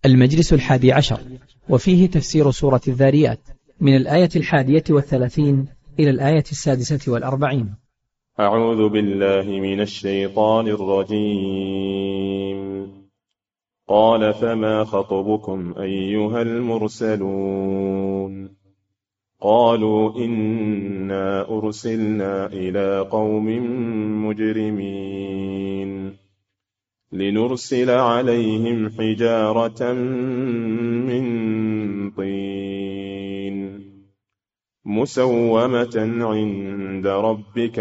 المجلس 11، وفيه تفسير سورة الذاريات من الآية 31 إلى الآية 46. أعوذ بالله من الشيطان الرجيم. قال فما خطبكم أيها المرسلون؟ قالوا إنا أرسلنا إلى قوم مجرمين لنرسل عليهم حجارة من طين مسومة عند ربك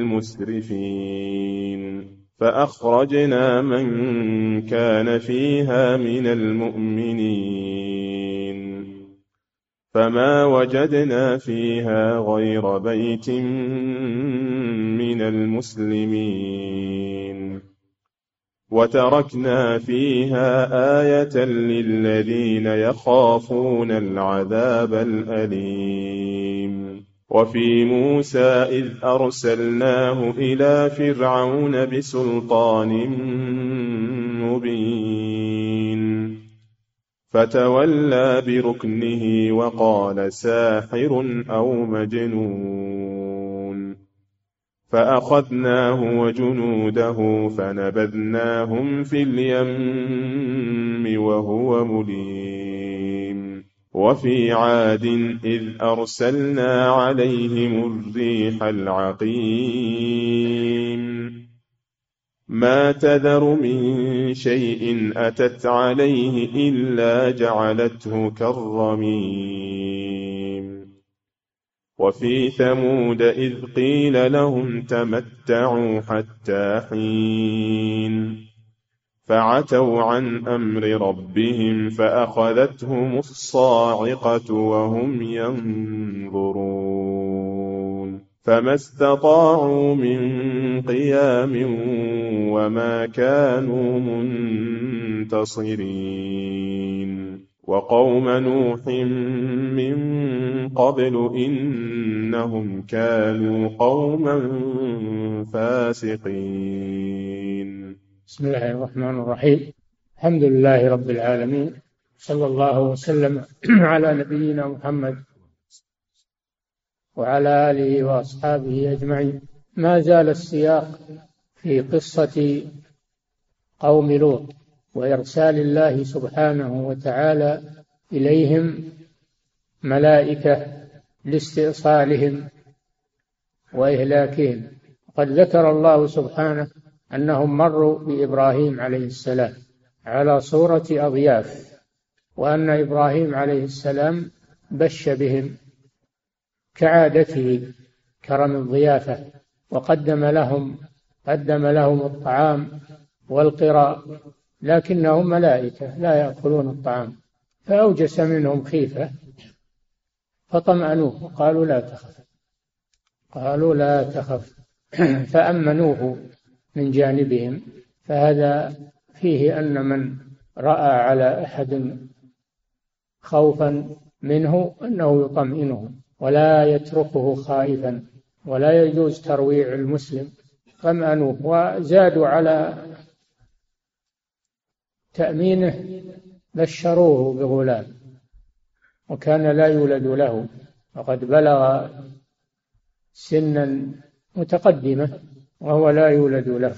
للمسرفين فأخرجنا من كان فيها من المؤمنين فما وجدنا فيها غير بيت من المسلمين وتركنا فيها آية للذين يخافون العذاب الأليم. وفي موسى إذ أرسلناه إلى فرعون بسلطان مبين فتولى بركنه وقال ساحر أو مجنون فأخذناه وجنوده فنبذناهم في اليم وهو مليم. وفي عاد إذ أرسلنا عليهم الريح العقيم ما تذر من شيء أتت عليه إلا جعلته كالرميم. وفي ثمود إذ قيل لهم تمتعوا حتى حين فعتوا عن أمر ربهم فأخذتهم الصاعقة وهم ينظرون فما استطاعوا من قيام وما كانوا منتصرين. وقوم نوح من قبل إنهم كانوا قوما فاسقين. بسم الله الرحمن الرحيم. الحمد لله رب العالمين، صلى الله وسلم على نبينا محمد وعلى آله وأصحابه أجمعين. ما زال السياق في قصة قوم لوط وإرسال الله سبحانه وتعالى إليهم ملائكة لاستئصالهم وإهلاكهم. قد ذكر الله سبحانه أنهم مروا بإبراهيم عليه السلام على صورة أضياف، وأن إبراهيم عليه السلام بش بهم كعادته كرم الضيافة، وقدم لهم الطعام والقراء، لكنهم ملائكة لا يأكلون الطعام، فأوجس منهم خيفة فطمأنوه قالوا لا تخف فأمنوه من جانبهم. فهذا فيه أن من رأى على أحد خوفا منه أنه يطمئنه ولا يتركه خائفا، ولا يجوز ترويع المسلم. طمأنوه وزادوا على تأمينه، بشروه بغلام وكان لا يولد له، وقد بلغ سنا متقدمة وهو لا يولد له،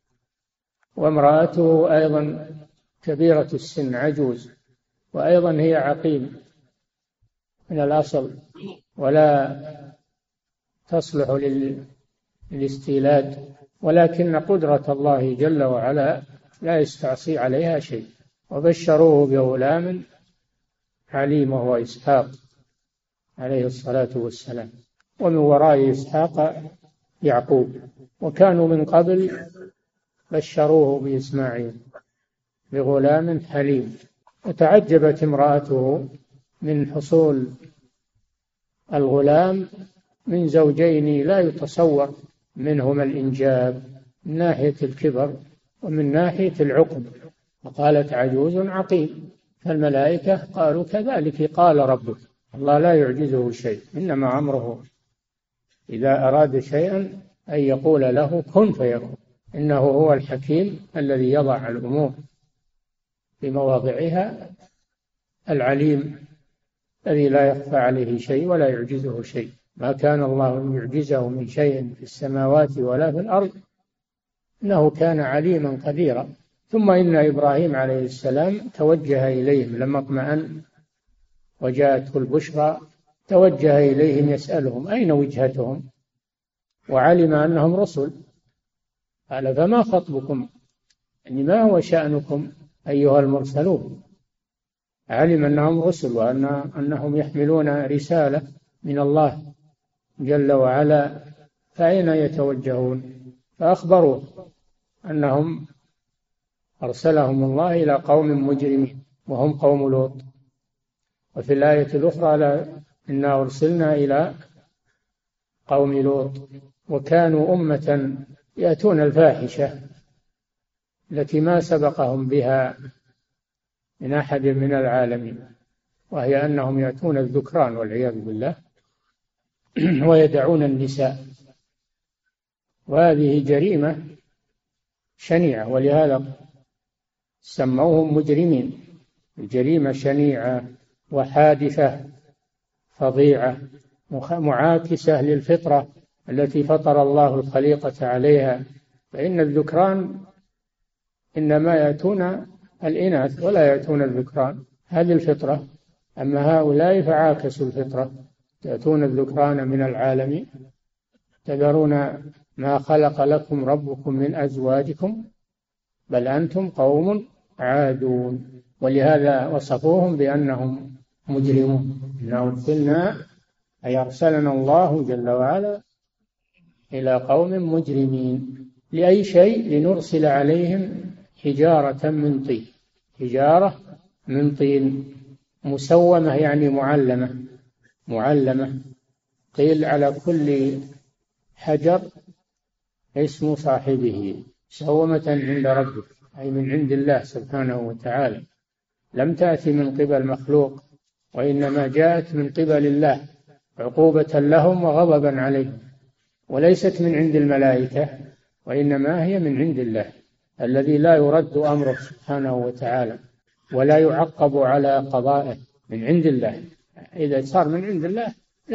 وامرأته أيضا كبيرة السن عجوز، وأيضا هي عقيم من الأصل ولا تصلح للاستيلاد، ولكن قدرة الله جل وعلا لا يستعصي عليها شيء. وبشروه بغلام حليم وهو إسحاق عليه الصلاة والسلام، ومن وراء إسحاق يعقوب، وكانوا من قبل بشروه بإسماعيل بغلام حليم. وتعجبت امرأته من حصول الغلام من زوجين لا يتصور منهما الإنجاب، من ناحية الكبر ومن ناحية العقم، وقالت عجوز عقيم. فالملائكة قالوا كذلك قال ربك، الله لا يعجزه شيء، إنما أمره إذا أراد شيئا أن يقول له كن فيكون، إنه هو الحكيم الذي يضع الأمور في مواضعها العليم الذي لا يخفى عليه شيء ولا يعجزه شيء. ما كان الله يعجزه من شيء في السماوات ولا في الأرض، إنه كان عليما قديرا. ثم إن إبراهيم عليه السلام توجه إليهم لما اطمأن وجاءته البشرى، توجه إليهم يسألهم أين وجهتهم، وعلم أنهم رسل. قال فما خطبكم، يعني ما هو شأنكم أيها المرسلون؟ علم أنهم رسل وأنهم يحملون رسالة من الله جل وعلا، فأين يتوجهون؟ فأخبروه أنهم أرسلهم الله إلى قوم مجرمين وهم قوم لوط. وفي الآية الأخرى إنا أرسلنا إلى قوم لوط وكانوا أمة يأتون الفاحشة التي ما سبقهم بها من أحد من العالمين، وهي أنهم يأتون الذكران والعياذ بالله ويدعون النساء، وهذه جريمة شنيعة، ولهذا سموهم مجرمين. الجريمة شنيعة وحادثة فظيعة معاكسة للفطرة التي فطر الله الخليقة عليها، فإن الذكران إنما يأتون الإناث ولا يأتون الذكران، هذه الفطرة. أما هؤلاء فعاكسوا الفطرة، يأتون الذكران من العالمين. تذرون ما خلق لكم ربكم من أزواجكم بل أنتم قوم عادون. ولهذا وصفوهم بأنهم مجرمون. إنا أرسلنا أي أرسلنا الله جل وعلا إلى قوم مجرمين. لأي شيء؟ لنرسل عليهم حجارة من طين. حجارة من طين مسومة يعني معلمة. قيل على كل حجر اسم صاحبه، مسومة عند ربك أي من عند الله سبحانه وتعالى، لم تأتي من قبل مخلوق، وإنما جاءت من قبل الله عقوبة لهم وغضبا عليهم، وليست من عند الملائكة، وإنما هي من عند الله الذي لا يرد أمره سبحانه وتعالى ولا يعقب على قضائه، من عند الله. إذا صار من عند الله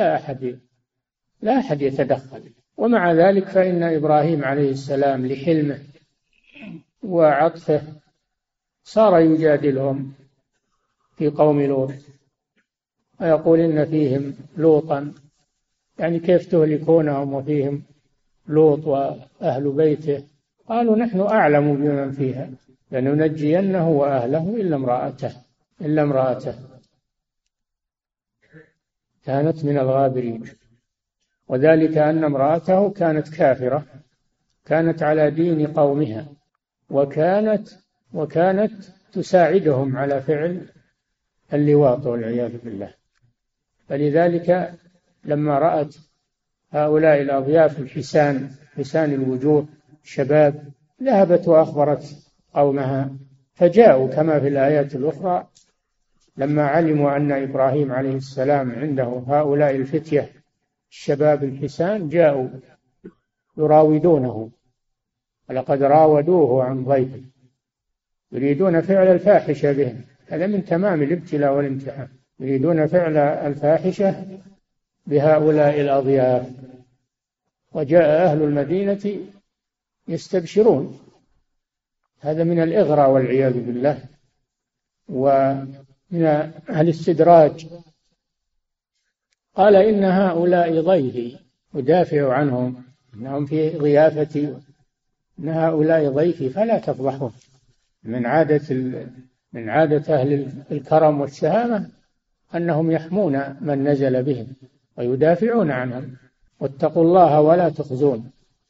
لا أحد يتدخل. ومع ذلك فإن إبراهيم عليه السلام لحلمه وعطفه صار يجادلهم في قوم لوط، ويقول إن فيهم لوطا، يعني كيف تهلكونهم وفيهم لوط وأهل بيته؟ قالوا نحن أعلم بمن فيها لننجينه وأهله إلا امرأته كانت من الغابرين، وذلك أن امرأته كانت كافرة، كانت على دين قومها، وكانت تساعدهم على فعل اللواط والعياذ بالله. فلذلك لما رأت هؤلاء الأضياف حسان الوجوه شباب، ذهبت وأخبرت قومها، فجاءوا كما في الآيات الأخرى لما علموا أن إبراهيم عليه السلام عنده هؤلاء الفتية الشباب الحسان، جاءوا يراودونه، ولقد راودوه عن ضيفه، يريدون فعل الفاحشة بهم. هذا من تمام الابتلاء والامتحان، يريدون فعل الفاحشة بهؤلاء الأضياف. وجاء أهل المدينة يستبشرون، هذا من الإغراء والعياذ بالله ومن الاستدراج. قال إن هؤلاء ضيفي، ودافع عنهم إنهم في ضيافتي، إن هؤلاء ضيفي فلا تفضحون. من عادة أهل الكرم والشهامة أنهم يحمون من نزل بهم ويدافعون عنهم، واتقوا الله ولا تخزون.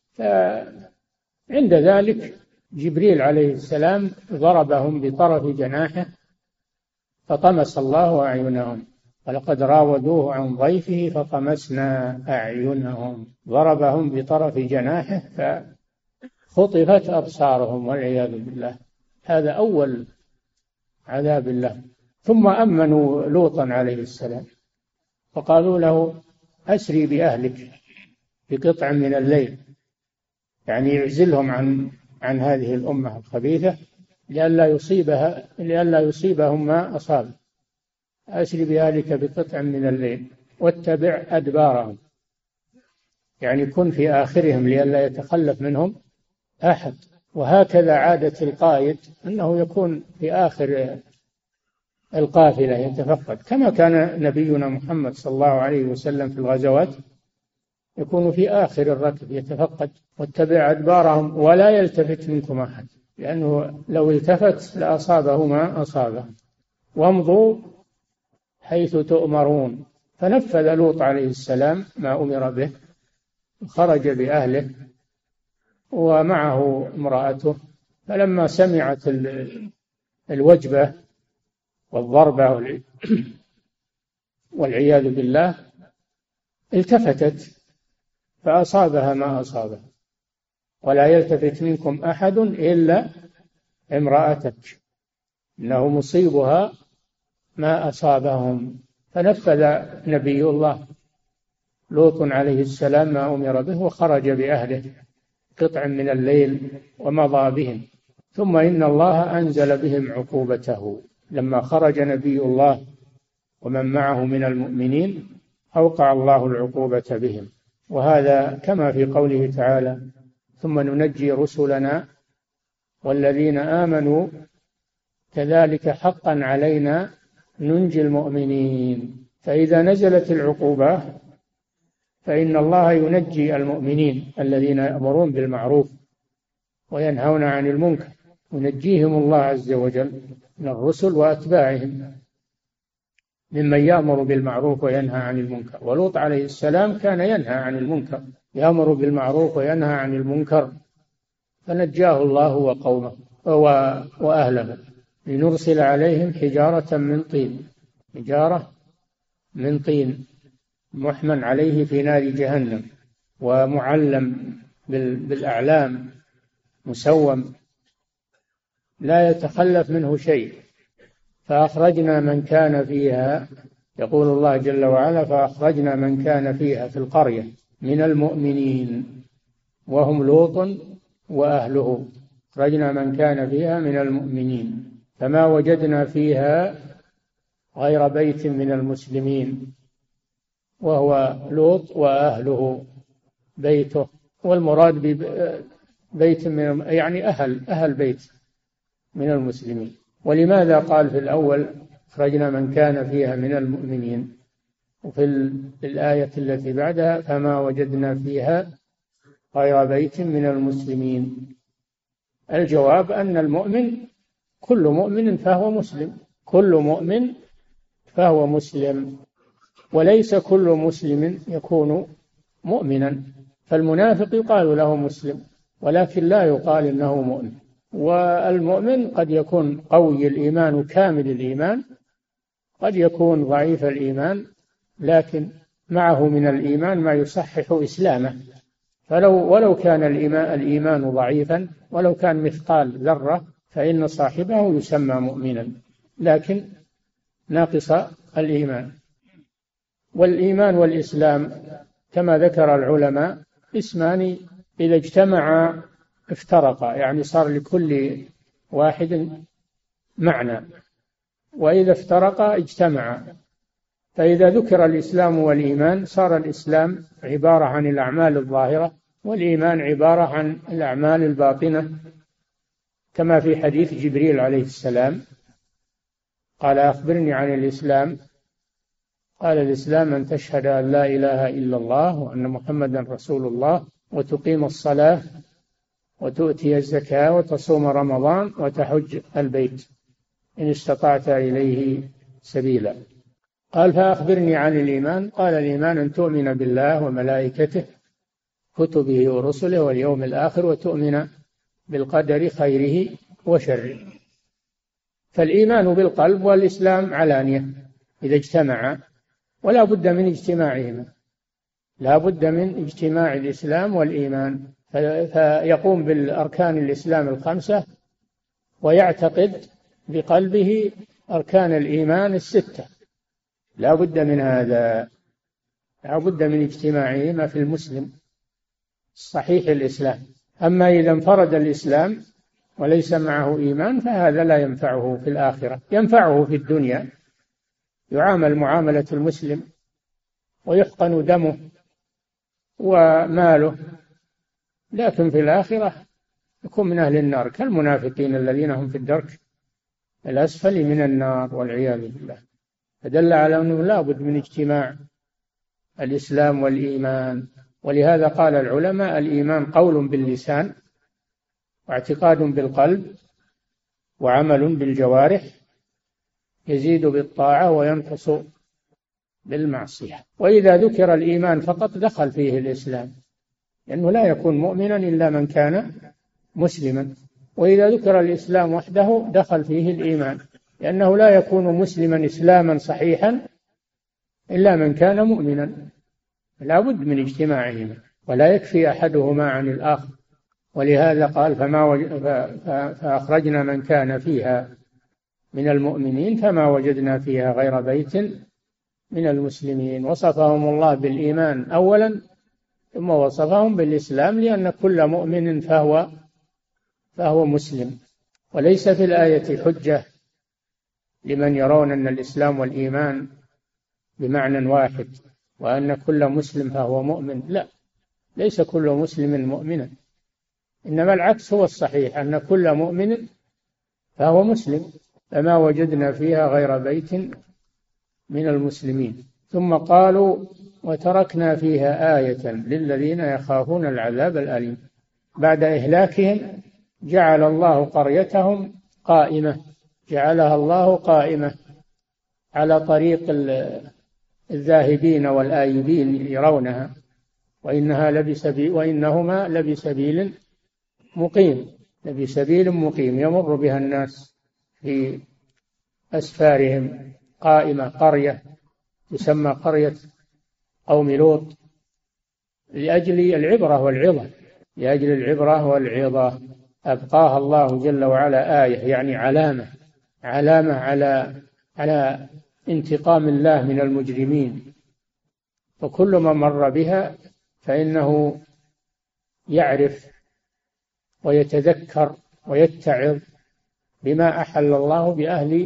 فعند ذلك جبريل عليه السلام ضربهم بطرف جناحه فطمس الله أعينهم، ولقد راودوه عن ضيفه فطمسنا أعينهم. ضربهم بطرف جناحه فخطفت أبصارهم والعياذ بالله. هذا أول عذاب الله. ثم أمنوا لوطا عليه السلام فقالوا له أسري بأهلك بقطع من الليل، يعني يعزلهم عن هذه الأمة الخبيثة لئلا يصيبهم ما أصاب. أسر بأهلك بقطع من الليل واتبع أدبارهم، يعني كن في آخرهم لئلا يتخلف منهم أحد. وهكذا عادة القائد أنه يكون في آخر القافلة يتفقد، كما كان نبينا محمد صلى الله عليه وسلم في الغزوات يكون في آخر الركب يتفقد. واتبع أدبارهم ولا يلتفت منكم أحد، لأنه لو التفت لأصابه ما أصابه. وامضوا حيث تؤمرون. فنفذ لوط عليه السلام ما أمر به، خرج بأهله ومعه امرأته. فلما سمعت الوجبة والضربة والعياذ بالله التفتت فأصابها ما أصابه. ولا يلتفت منكم أحد إلا امرأتك إنه مصيبها ما أصابهم. فنفذ نبي الله لوط عليه السلام ما أمر به وخرج بأهله قطع من الليل ومضى بهم. ثم إن الله أنزل بهم عقوبته لما خرج نبي الله ومن معه من المؤمنين، أوقع الله العقوبة بهم. وهذا كما في قوله تعالى: ثم ننجي رسلنا والذين آمنوا كذلك حقا علينا ننجي المؤمنين. فإذا نزلت العقوبة فإن الله ينجي المؤمنين الذين يأمرون بالمعروف وينهون عن المنكر، ينجيهم الله عز وجل من الرسل وأتباعهم ممن يأمر بالمعروف وينهى عن المنكر. ولوط عليه السلام كان ينهى عن المنكر، يأمر بالمعروف وينهى عن المنكر، فنجاه الله وقومه وأهله. لنرسل عليهم حجارة من طين، حجارة من طين محمى عليه في نار جهنم ومعلم بالأعلام مسوم لا يتخلف منه شيء. فأخرجنا من كان فيها، يقول الله جل وعلا: فأخرجنا من كان فيها في القرية من المؤمنين وهم لوط وأهله. أخرجنا من كان فيها من المؤمنين فما وجدنا فيها غير بيت من المسلمين، وهو لوط وأهله بيته. والمراد ببيت من يعني أهل بيت من المسلمين. ولماذا قال في الأول أخرجنا من كان فيها من المؤمنين، وفي الآية التي بعدها فما وجدنا فيها غير بيت من المسلمين؟ الجواب أن المؤمن كل مؤمن فهو مسلم، كل مؤمن فهو مسلم، وليس كل مسلم يكون مؤمنا. فالمنافق يقال له مسلم ولكن لا يقال إنه مؤمن. والمؤمن قد يكون قوي الإيمان وكامل الإيمان، قد يكون ضعيف الإيمان لكن معه من الإيمان ما يصحح إسلامه. ولو كان الإيمان ضعيفا، ولو كان مثقال ذرة، فإن صاحبه يسمى مؤمنا لكن ناقص الإيمان. والإيمان والإسلام كما ذكر العلماء اسمان إذا اجتمعا افترقا، يعني صار لكل واحد معنى، وإذا افترقا اجتمعا. فإذا ذكر الإسلام والإيمان صار الإسلام عبارة عن الأعمال الظاهرة، والإيمان عبارة عن الأعمال الباطنة، كما في حديث جبريل عليه السلام قال: أخبرني عن الإسلام. قال: الإسلام أن تشهد أن لا إله إلا الله وأن محمدا رسول الله، وتقيم الصلاة، وتؤتي الزكاة، وتصوم رمضان، وتحج البيت إن استطعت إليه سبيلا. قال: فأخبرني عن الإيمان. قال: الإيمان أن تؤمن بالله وملائكته كتبه ورسله واليوم الآخر، وتؤمن بالقدر خيره وشره. فالإيمان بالقلب والإسلام علانية إذا اجتمعا، ولا بد من اجتماعهما، لا بد من اجتماع الإسلام والإيمان. فيقوم بالأركان الإسلام الخمسة ويعتقد بقلبه أركان الإيمان الستة، لا بد من هذا، لا بد من اجتماعهما في المسلم صحيح الإسلام. أما إذا انفرد الإسلام وليس معه إيمان فهذا لا ينفعه في الآخرة، ينفعه في الدنيا يعامل معاملة المسلم ويحقن دمه وماله، لكن في الآخرة يكون من أهل النار كالمنافقين الذين هم في الدرك الأسفل من النار والعياذ بالله. فدل على أنه لا بد من اجتماع الإسلام والإيمان. ولهذا قال العلماء: الإيمان قول باللسان، واعتقاد بالقلب، وعمل بالجوارح، يزيد بالطاعة وينقص بالمعصية. وإذا ذكر الإيمان فقط دخل فيه الإسلام، لأنه لا يكون مؤمنا إلا من كان مسلما. وإذا ذكر الإسلام وحده دخل فيه الإيمان، لأنه لا يكون مسلما إسلاما صحيحا إلا من كان مؤمنا. لا بد من اجتماعهما، ولا يكفي أحدهما عن الآخر. ولهذا قال: فأخرجنا من كان فيها من المؤمنين فما وجدنا فيها غير بيت من المسلمين. وصفهم الله بالإيمان أولا، ثم وصفهم بالإسلام، لأن كل مؤمن فهو مسلم. وليس في الآية حجة لمن يرون أن الإسلام والإيمان بمعنى واحد، وأن كل مسلم فهو مؤمن. لا، ليس كل مسلم مؤمنا، إنما العكس هو الصحيح، أن كل مؤمن فهو مسلم. فما وجدنا فيها غير بيت من المسلمين. ثم قالوا: وتركنا فيها آية للذين يخافون العذاب الأليم. بعد إهلاكهم جعل الله قريتهم قائمة، جعلها الله قائمة على طريق الذاهبين والآيبين يرونها، وإنهما لبسبيل مقيم يمر بها الناس في أسفارهم. قائمة، قرية تسمى قرية قوم لوط لأجل العبرة والعظة. أبقاها الله جل وعلا آية، يعني علامة على انتقام الله من المجرمين. وكل من مر بها فإنه يعرف ويتذكر ويتعظ بما أحل الله بأهل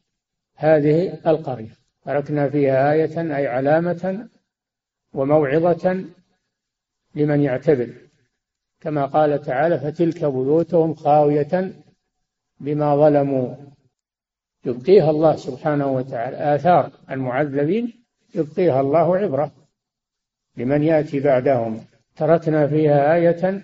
هذه القرية. تركنا فيها آية أي علامة وموعظة لمن يعتبر، كما قال تعالى: فتلك بيوتهم خاوية بما ظلموا. يبقيها الله سبحانه وتعالى، آثار المعذبين يبقيها الله عبرة لمن يأتي بعدهم. تركنا فيها آية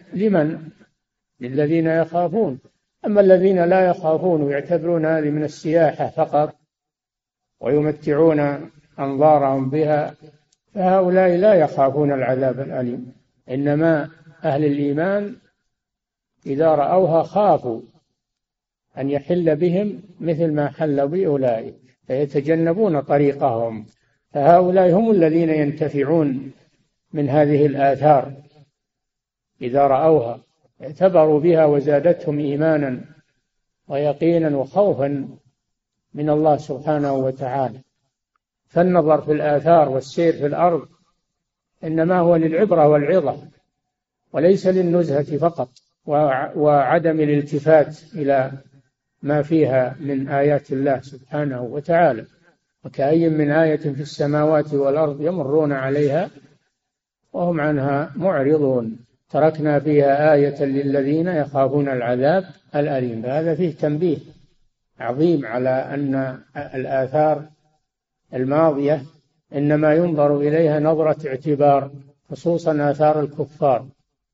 للذين يخافون. أما الذين لا يخافون ويعتبرون هذه من السياحة فقط ويمتعون أنظارهم بها، فهؤلاء لا يخافون العذاب الأليم. إنما أهل الإيمان إذا رأوها خافوا أن يحل بهم مثل ما حل بأولئك، فيتجنبون طريقهم. فهؤلاء هم الذين ينتفعون من هذه الآثار إذا رأوها، اعتبروا بها وزادتهم إيمانا ويقينا وخوفا من الله سبحانه وتعالى. فالنظر في الآثار والسير في الأرض إنما هو للعبرة والعظة، وليس للنزهة فقط وعدم الالتفات إلى ما فيها من آيات الله سبحانه وتعالى. وكأي من آية في السماوات والأرض يمرون عليها وهم عنها معرضون. تركنا فيها آية للذين يخافون العذاب الأليم. هذا فيه تنبيه عظيم على أن الآثار الماضية إنما ينظر إليها نظرة اعتبار، خصوصا آثار الكفار،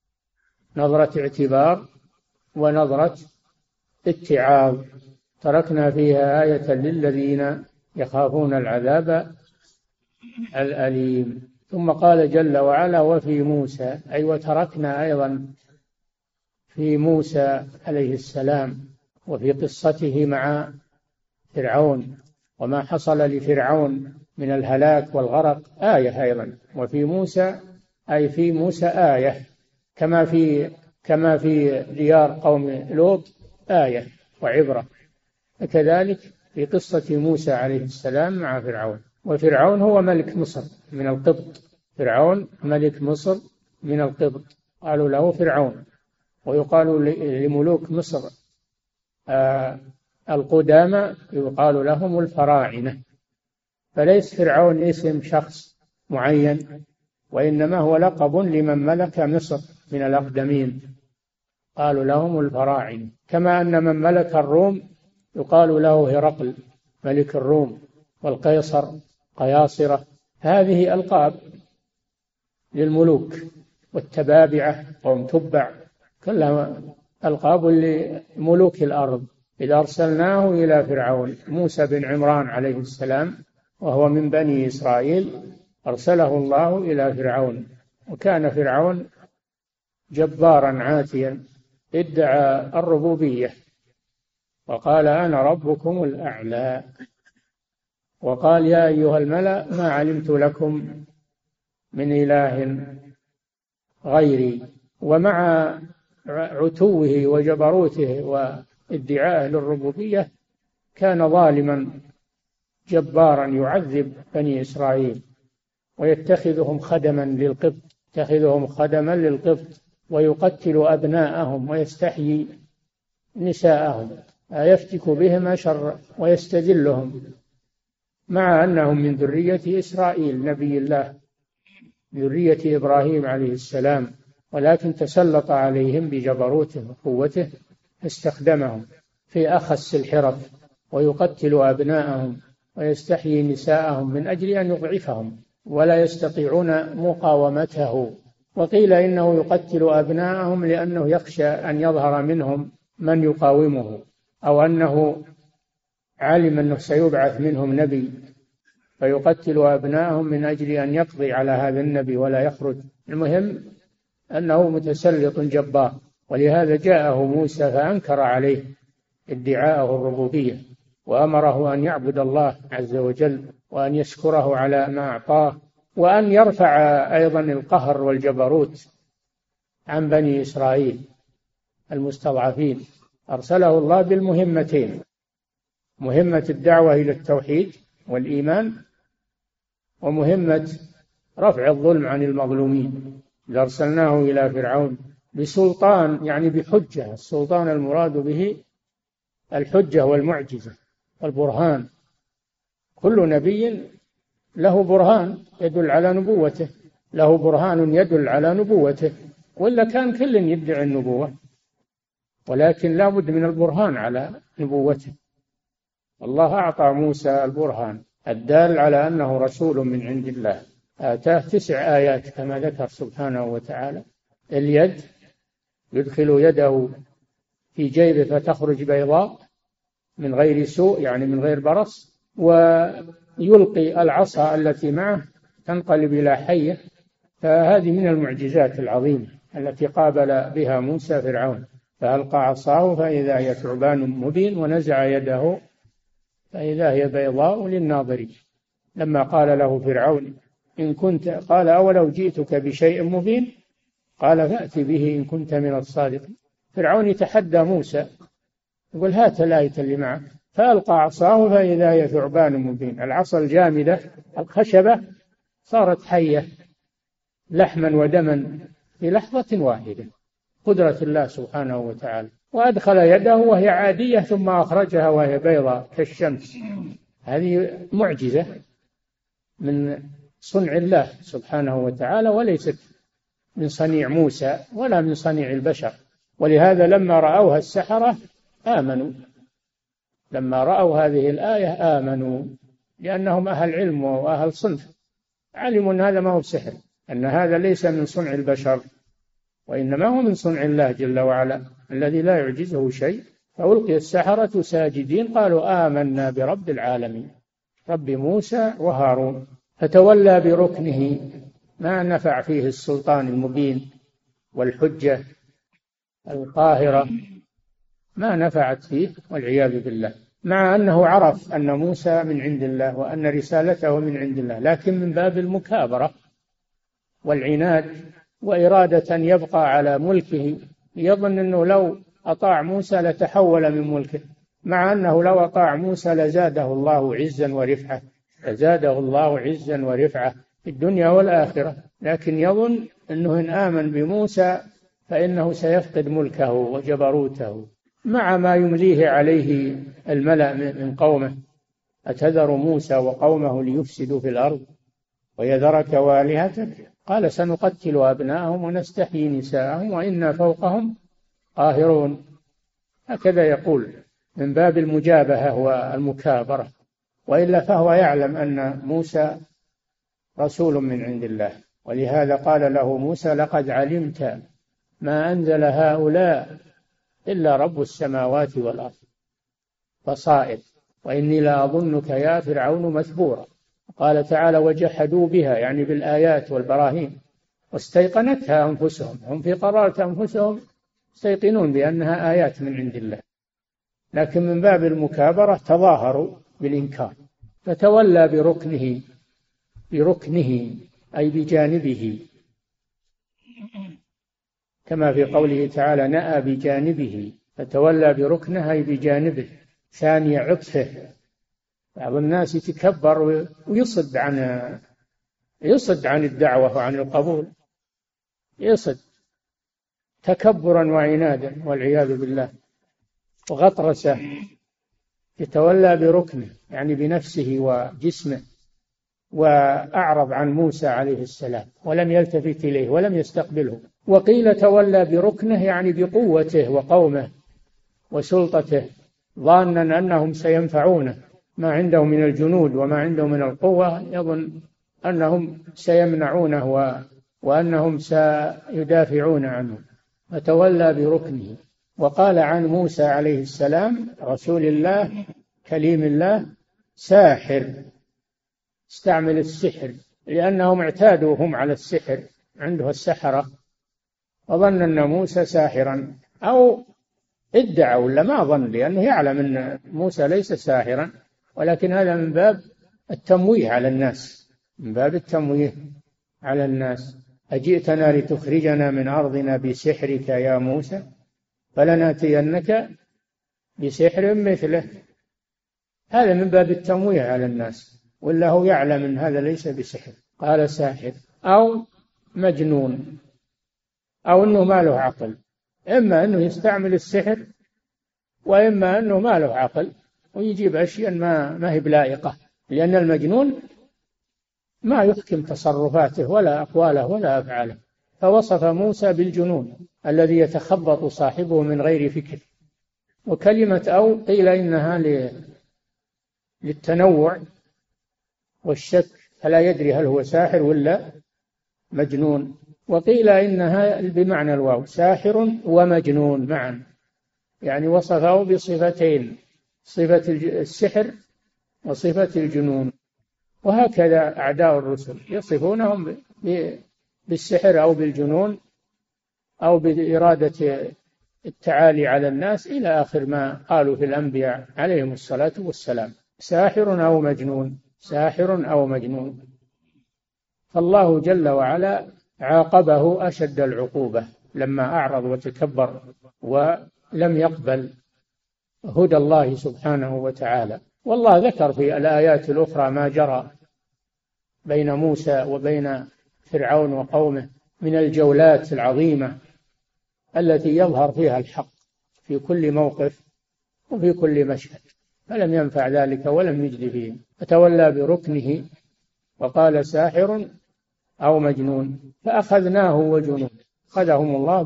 نظرة اعتبار ونظرة اتعاظ. تركنا فيها آية للذين يخافون العذاب الأليم. ثم قال جل وعلا: وفي موسى، أي وتركنا أيضا في موسى عليه السلام وفي قصته مع فرعون وما حصل لفرعون من الهلاك والغرق آية أيضا. وفي موسى أي في موسى آية، كما في ديار قوم لوط آية وعبرة، فكذلك في قصة موسى عليه السلام مع فرعون. وفرعون هو ملك مصر من القبط، فرعون ملك مصر من القبط، قالوا له فرعون. ويقال لملوك مصر القدامى يقال لهم الفراعنة، فليس فرعون اسم شخص معين، وإنما هو لقب لمن ملك مصر من الأقدمين، قالوا لهم الفراعنة، كما أن من ملك الروم يقال له هرقل ملك الروم، والقيصر قياصرة. هذه ألقاب للملوك، والتبابعة قوم تبع، كلها ألقاب لملوك الأرض. إذ أرسلناه إلى فرعون، موسى بن عمران عليه السلام وهو من بني إسرائيل، أرسله الله إلى فرعون، وكان فرعون جبارا عاتيا، ادعى الربوبية وقال أنا ربكم الأعلى، وقال يا أيها الملأ ما علمت لكم من إله غيري. ومع عتوه وجبروته وادعائه للربوبية كان ظالما جبارا يعذب بني إسرائيل ويتخذهم خدما للقبط ويقتل أبناءهم ويستحيي نساءهم، يفتك بهم شر ويستذلهم، مع أنهم من ذرية إسرائيل نبي الله، ذرية إبراهيم عليه السلام، ولكن تسلط عليهم بجبروته وقوته، استخدمهم في أخس الحرف، ويقتل أبناءهم ويستحيي نساءهم من أجل أن يضعفهم ولا يستطيعون مقاومته. وقيل إنه يقتل أبناءهم لأنه يخشى أن يظهر منهم من يقاومه، أو أنه علم أنه سيبعث منهم نبي فيقتل أبناءهم من أجل أن يقضي على هذا النبي ولا يخرج. المهم أنه متسلط جبار، ولهذا جاءه موسى فأنكر عليه ادعاءه الربوبية، وأمره أن يعبد الله عز وجل، وأن يشكره على ما أعطاه، وأن يرفع أيضا القهر والجبروت عن بني إسرائيل المستضعفين. أرسله الله بالمهمتين، مهمة الدعوة إلى التوحيد والإيمان، ومهمة رفع الظلم عن المظلومين. أرسلناه إلى فرعون بسلطان، يعني بحجة. السلطان المراد به الحجة والمعجزة والبرهان، كل نبي له برهان يدل على نبوته، له برهان يدل على نبوته، وإلا كان كل يدعي النبوة، ولكن لا بد من البرهان على نبوته. الله أعطى موسى البرهان الدال على أنه رسول من عند الله، آتاه 9 آيات كما ذكر سبحانه وتعالى: اليد، يدخل يده في جيبه فتخرج بيضاء من غير سوء، يعني من غير برص، ويلقي العصا التي معه تنقلب إلى حية. فهذه من المعجزات العظيمة التي قابل بها موسى فرعون. فألقى عصاه فإذا هي ثعبان مبين، ونزع يده فإذا هي بيضاء للناظرين. لما قال له فرعون إن كنت، قال أولو جئتك بشيء مبين، قال فأت به إن كنت من الصادقين. فرعون يتحدى موسى، يقول هات الآية اللي معك، فألقى عصاه فإذا هي ثعبان مبين. العصا الجامدة الخشبة صارت حية لحما ودما في لحظة واحدة، قدرة الله سبحانه وتعالى. وأدخل يده وهي عادية ثم أخرجها وهي بيضاء كالشمس. هذه معجزة من صنع الله سبحانه وتعالى، وليست من صنيع موسى ولا من صنيع البشر. ولهذا لما رأوها السحرة آمنوا، لما رأوا هذه الآية آمنوا، لأنهم أهل علم وأهل صنف، علموا أن هذا ما هو سحر، أن هذا ليس من صنع البشر، وإنما هو من صنع الله جل وعلا الذي لا يعجزه شيء. فألقي السحرة ساجدين قالوا آمنا برب العالمين، رب موسى وهارون. فتولى بركنه، ما نفع فيه السلطان المبين والحجة القاهرة، ما نفعت فيه والعياذ بالله، مع أنه عرف أن موسى من عند الله وأن رسالته من عند الله، لكن من باب المكابرة والعناد وإرادة يبقى على ملكه، يظن أنه لو أطاع موسى لتحول من ملكه، مع أنه لو أطاع موسى لزاده الله عزا ورفعة، لزاده الله عزا ورفعة في الدنيا والآخرة، لكن يظن أنه إن آمن بموسى فإنه سيفقد ملكه وجبروته، مع ما يمليه عليه الملأ من قومه أتذر موسى وقومه ليفسدوا في الأرض ويذرك وآلهتك؟ قال سنقتل أبناءهم ونستحيي نساءهم وإنا فوقهم قاهرون. هكذا يقول من باب المجابهة والمكابرة، وإلا فهو يعلم أن موسى رسول من عند الله، ولهذا قال له موسى لقد علمت ما أنزل هؤلاء إلا رب السماوات والأرض بصائر وإني لأظنك يا فرعون مثبورا. قال تعالى وجحدوا بها، يعني بالآيات والبراهين، واستيقنتها أنفسهم، هم في قرارة أنفسهم يستيقنون بأنها آيات من عند الله، لكن من باب المكابرة تظاهروا بالإنكار. فتولى بركنه أي بجانبه، كما في قوله تعالى نأى بجانبه، فتولى بركنه أي بجانبه ثاني عطفه. بعض الناس يتكبر ويصد عن الدعوة وعن القبول، يصد تكبرا وعنادا والعياذ بالله وغطرسة. يتولى بركنه يعني بنفسه وجسمه، وأعرض عن موسى عليه السلام ولم يلتفت إليه ولم يستقبله. وقيل تولى بركنه يعني بقوته وقومه وسلطته، ظانا أنهم سينفعونه، ما عنده من الجنود وما عنده من القوة يظن أنهم سيمنعونه وأنهم سيدافعون عنه، فتولى بركنه. وقال عن موسى عليه السلام رسول الله كليم الله ساحر، استعمل السحر لأنهم اعتادوا هم على السحر، عنده السحرة، وظن أن موسى ساحرا، أو ادعى ولا ما ظن، لأنه يعلم أن موسى ليس ساحرا، ولكن هذا من باب التمويه على الناس، من باب التمويه على الناس. أجئتنا لتخرجنا من أرضنا بسحرك يا موسى فلنأتينك بسحر مثله. هذا من باب التمويه على الناس، ولا هو يعلم أن هذا ليس بسحر. قال ساحر أو مجنون، أو أنه ما له عقل، إما أنه يستعمل السحر وإما أنه ما له عقل ويجيب أشياء ما هي بلائقة، لأن المجنون ما يحكم تصرفاته ولا أقواله ولا أفعاله. فوصف موسى بالجنون الذي يتخبط صاحبه من غير فكر. وكلمة أو قيل إنها للتنوع والشك، فلا يدري هل هو ساحر ولا مجنون. وقيل إنها بمعنى الواو، ساحر ومجنون معا، يعني وصفه بصفتين، صفة السحر وصفة الجنون. وهكذا أعداء الرسل يصفونهم بالسحر أو بالجنون أو بإرادة التعالي على الناس إلى آخر ما قالوا في الأنبياء عليهم الصلاة والسلام، ساحر أو مجنون، ساحر أو مجنون. فالله جل وعلا عاقبه أشد العقوبة لما أعرض وتكبر ولم يقبل هدى الله سبحانه وتعالى. والله ذكر في الآيات الأخرى ما جرى بين موسى وبين فرعون وقومه من الجولات العظيمة التي يظهر فيها الحق في كل موقف وفي كل مشهد، فلم ينفع ذلك ولم يجد فيه، فتولى بركنه وقال ساحر أو مجنون فأخذناه وجنوده، أخذهم الله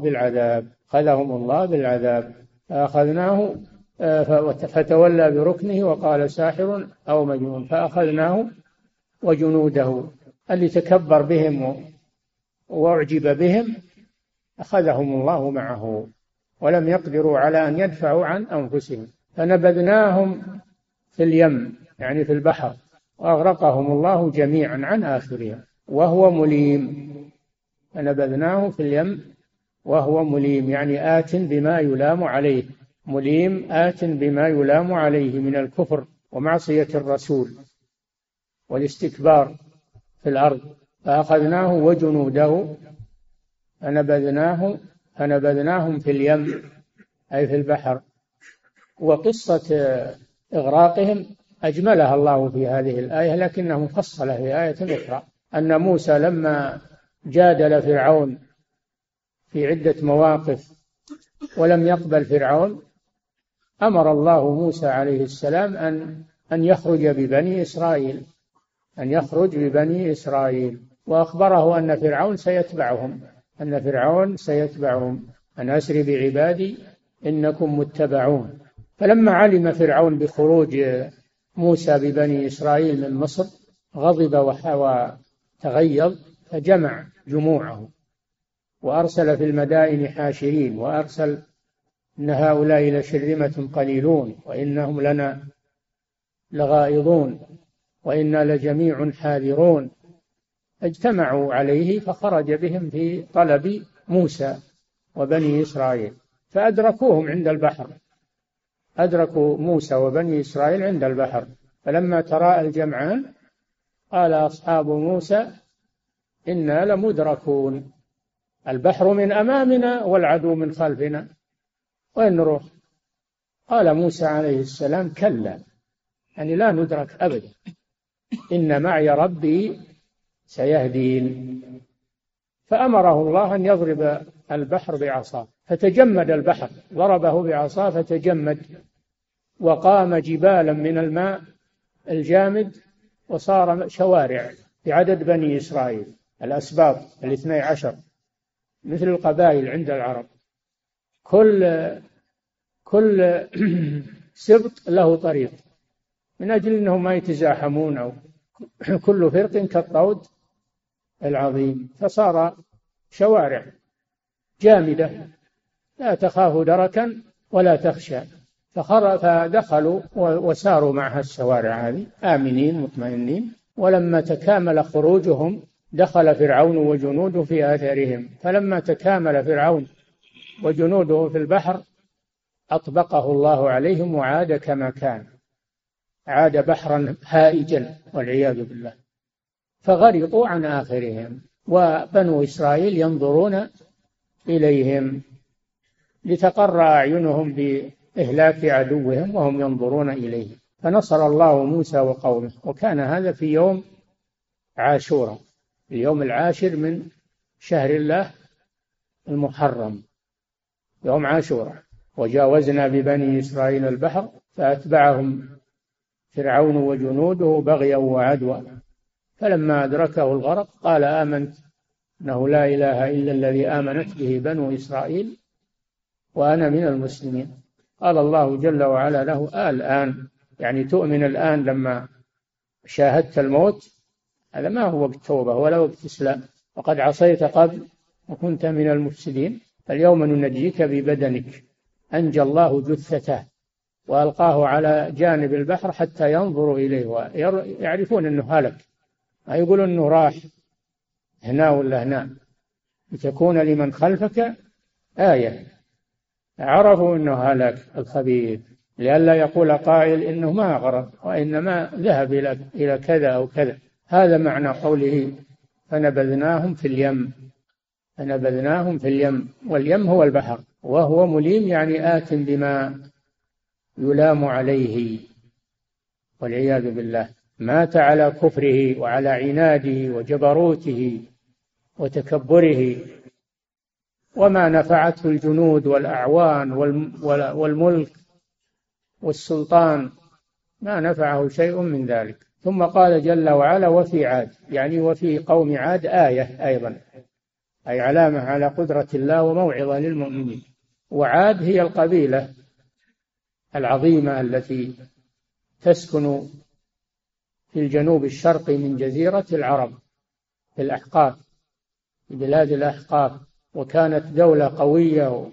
بالعذاب فأخذناه، فتولى بركنه وقال ساحر أو مجنون فأخذناه وجنوده. اللي تكبر بهم وأعجب بهم أخذهم الله معه ولم يقدروا على أن يدفعوا عن أنفسهم، فنبذناهم في اليم يعني في البحر وأغرقهم الله جميعا عن آخرهم وهو مليم. فنبذناه في اليم وهو مليم يعني آت بما يلام عليه، مليم آت بما يلام عليه من الكفر ومعصية الرسول والاستكبار في الأرض. فأخذناه وجنوده فنبذناهم في اليم أي في البحر. وقصة إغراقهم أجملها الله في هذه الآية، لكنها مفصلة في آية أخرى، أن موسى لما جادل فرعون في عدة مواقف ولم يقبل فرعون، أمر الله موسى عليه السلام أن يخرج ببني إسرائيل، أن يخرج ببني إسرائيل، وأخبره أن فرعون سيتبعهم، أن أسر بعبادي إنكم متبعون. فلما علم فرعون بخروج موسى ببني إسرائيل من مصر غضب وتغيظ، فجمع جموعه وأرسل في المدائن حاشرين، وأرسل إن هؤلاء لشرذمة قليلون وإنهم لنا لغائظون وإنا لجميع حاذرون. اجتمعوا عليه فخرج بهم في طلب موسى وبني إسرائيل، فأدركوهم عند البحر، أدركوا موسى وبني إسرائيل عند البحر. فلما تراءى الجمعان قال أصحاب موسى إنا لمدركون، البحر من أمامنا والعدو من خلفنا، وين نروح؟ قال موسى عليه السلام كلا، يعني لا ندرك أبدا، إن معي ربي سيهدين. فأمره الله أن يضرب البحر بعصاه فتجمد البحر، ضربه بعصاه فتجمد، وقام جبالا من الماء الجامد، وصار شوارع بعدد بني إسرائيل الأسباط 12، مثل القبائل عند العرب، كل سبط له طريق، من أجل أنهم ما يتزاحمون، أو كل فرق كالطود العظيم. فصار شوارع جامدة لا تخاف دركا ولا تخشى، فدخلوا وساروا معها الشوارع هذه آمنين مطمئنين. ولما تكامل خروجهم دخل فرعون وجنوده في آثارهم، فلما تكامل فرعون وجنوده في البحر أطبقه الله عليهم وعاد كما كان، عاد بحرا هائجا والعياذ بالله، فغرقوا عن آخرهم، وبنو إسرائيل ينظرون إليهم لتقر أعينهم بإهلاك عدوهم وهم ينظرون إليه. فنصر الله موسى وقومه، وكان هذا في يوم عاشوراء، اليوم العاشر من شهر الله المحرم، يوم عاشوراء. وجاوزنا ببني إسرائيل البحر فأتبعهم فرعون وجنوده بغيا وعدوا، فلما أدركه الغرق قال آمنت أنه لا إله إلا الذي آمنت به بنو إسرائيل وأنا من المسلمين. قال الله جل وعلا له الآن، يعني تؤمن الآن لما شاهدت الموت؟ هذا ما هو وقت توبة ولا وقت إسلام، وقد عصيت قبل وكنت من المفسدين، فاليوم ننجيك ببدنك. أنجى الله جثته وألقاه على جانب البحر حتى ينظروا إليه ويعرفون أنه هلك، ما يقولون أنه راح هنا ولا هنا، لتكون لمن خلفك آية. عرفوا أنه هلك الخبيث، لئلا يقول قائل إنه ما غرق وإنما ذهب إلى كذا أو كذا. هذا معنى قوله فنبذناهم في اليم، فنبذناهم في اليم، واليم هو البحر، وهو مليم يعني آت بما يلام عليه والعياذ بالله. مات على كفره وعلى عناده وجبروته وتكبره، وما نفعته الجنود والأعوان والملك والسلطان، ما نفعه شيء من ذلك. ثم قال جل وعلا وفي عاد، يعني وفي قوم عاد آية أيضا، أي علامة على قدرة الله وموعظة للمؤمنين. وعاد هي القبيلة العظيمة التي تسكن في الجنوب الشرقي من جزيرة العرب في الأحقاف، في بلاد الأحقاف، وكانت دولة قوية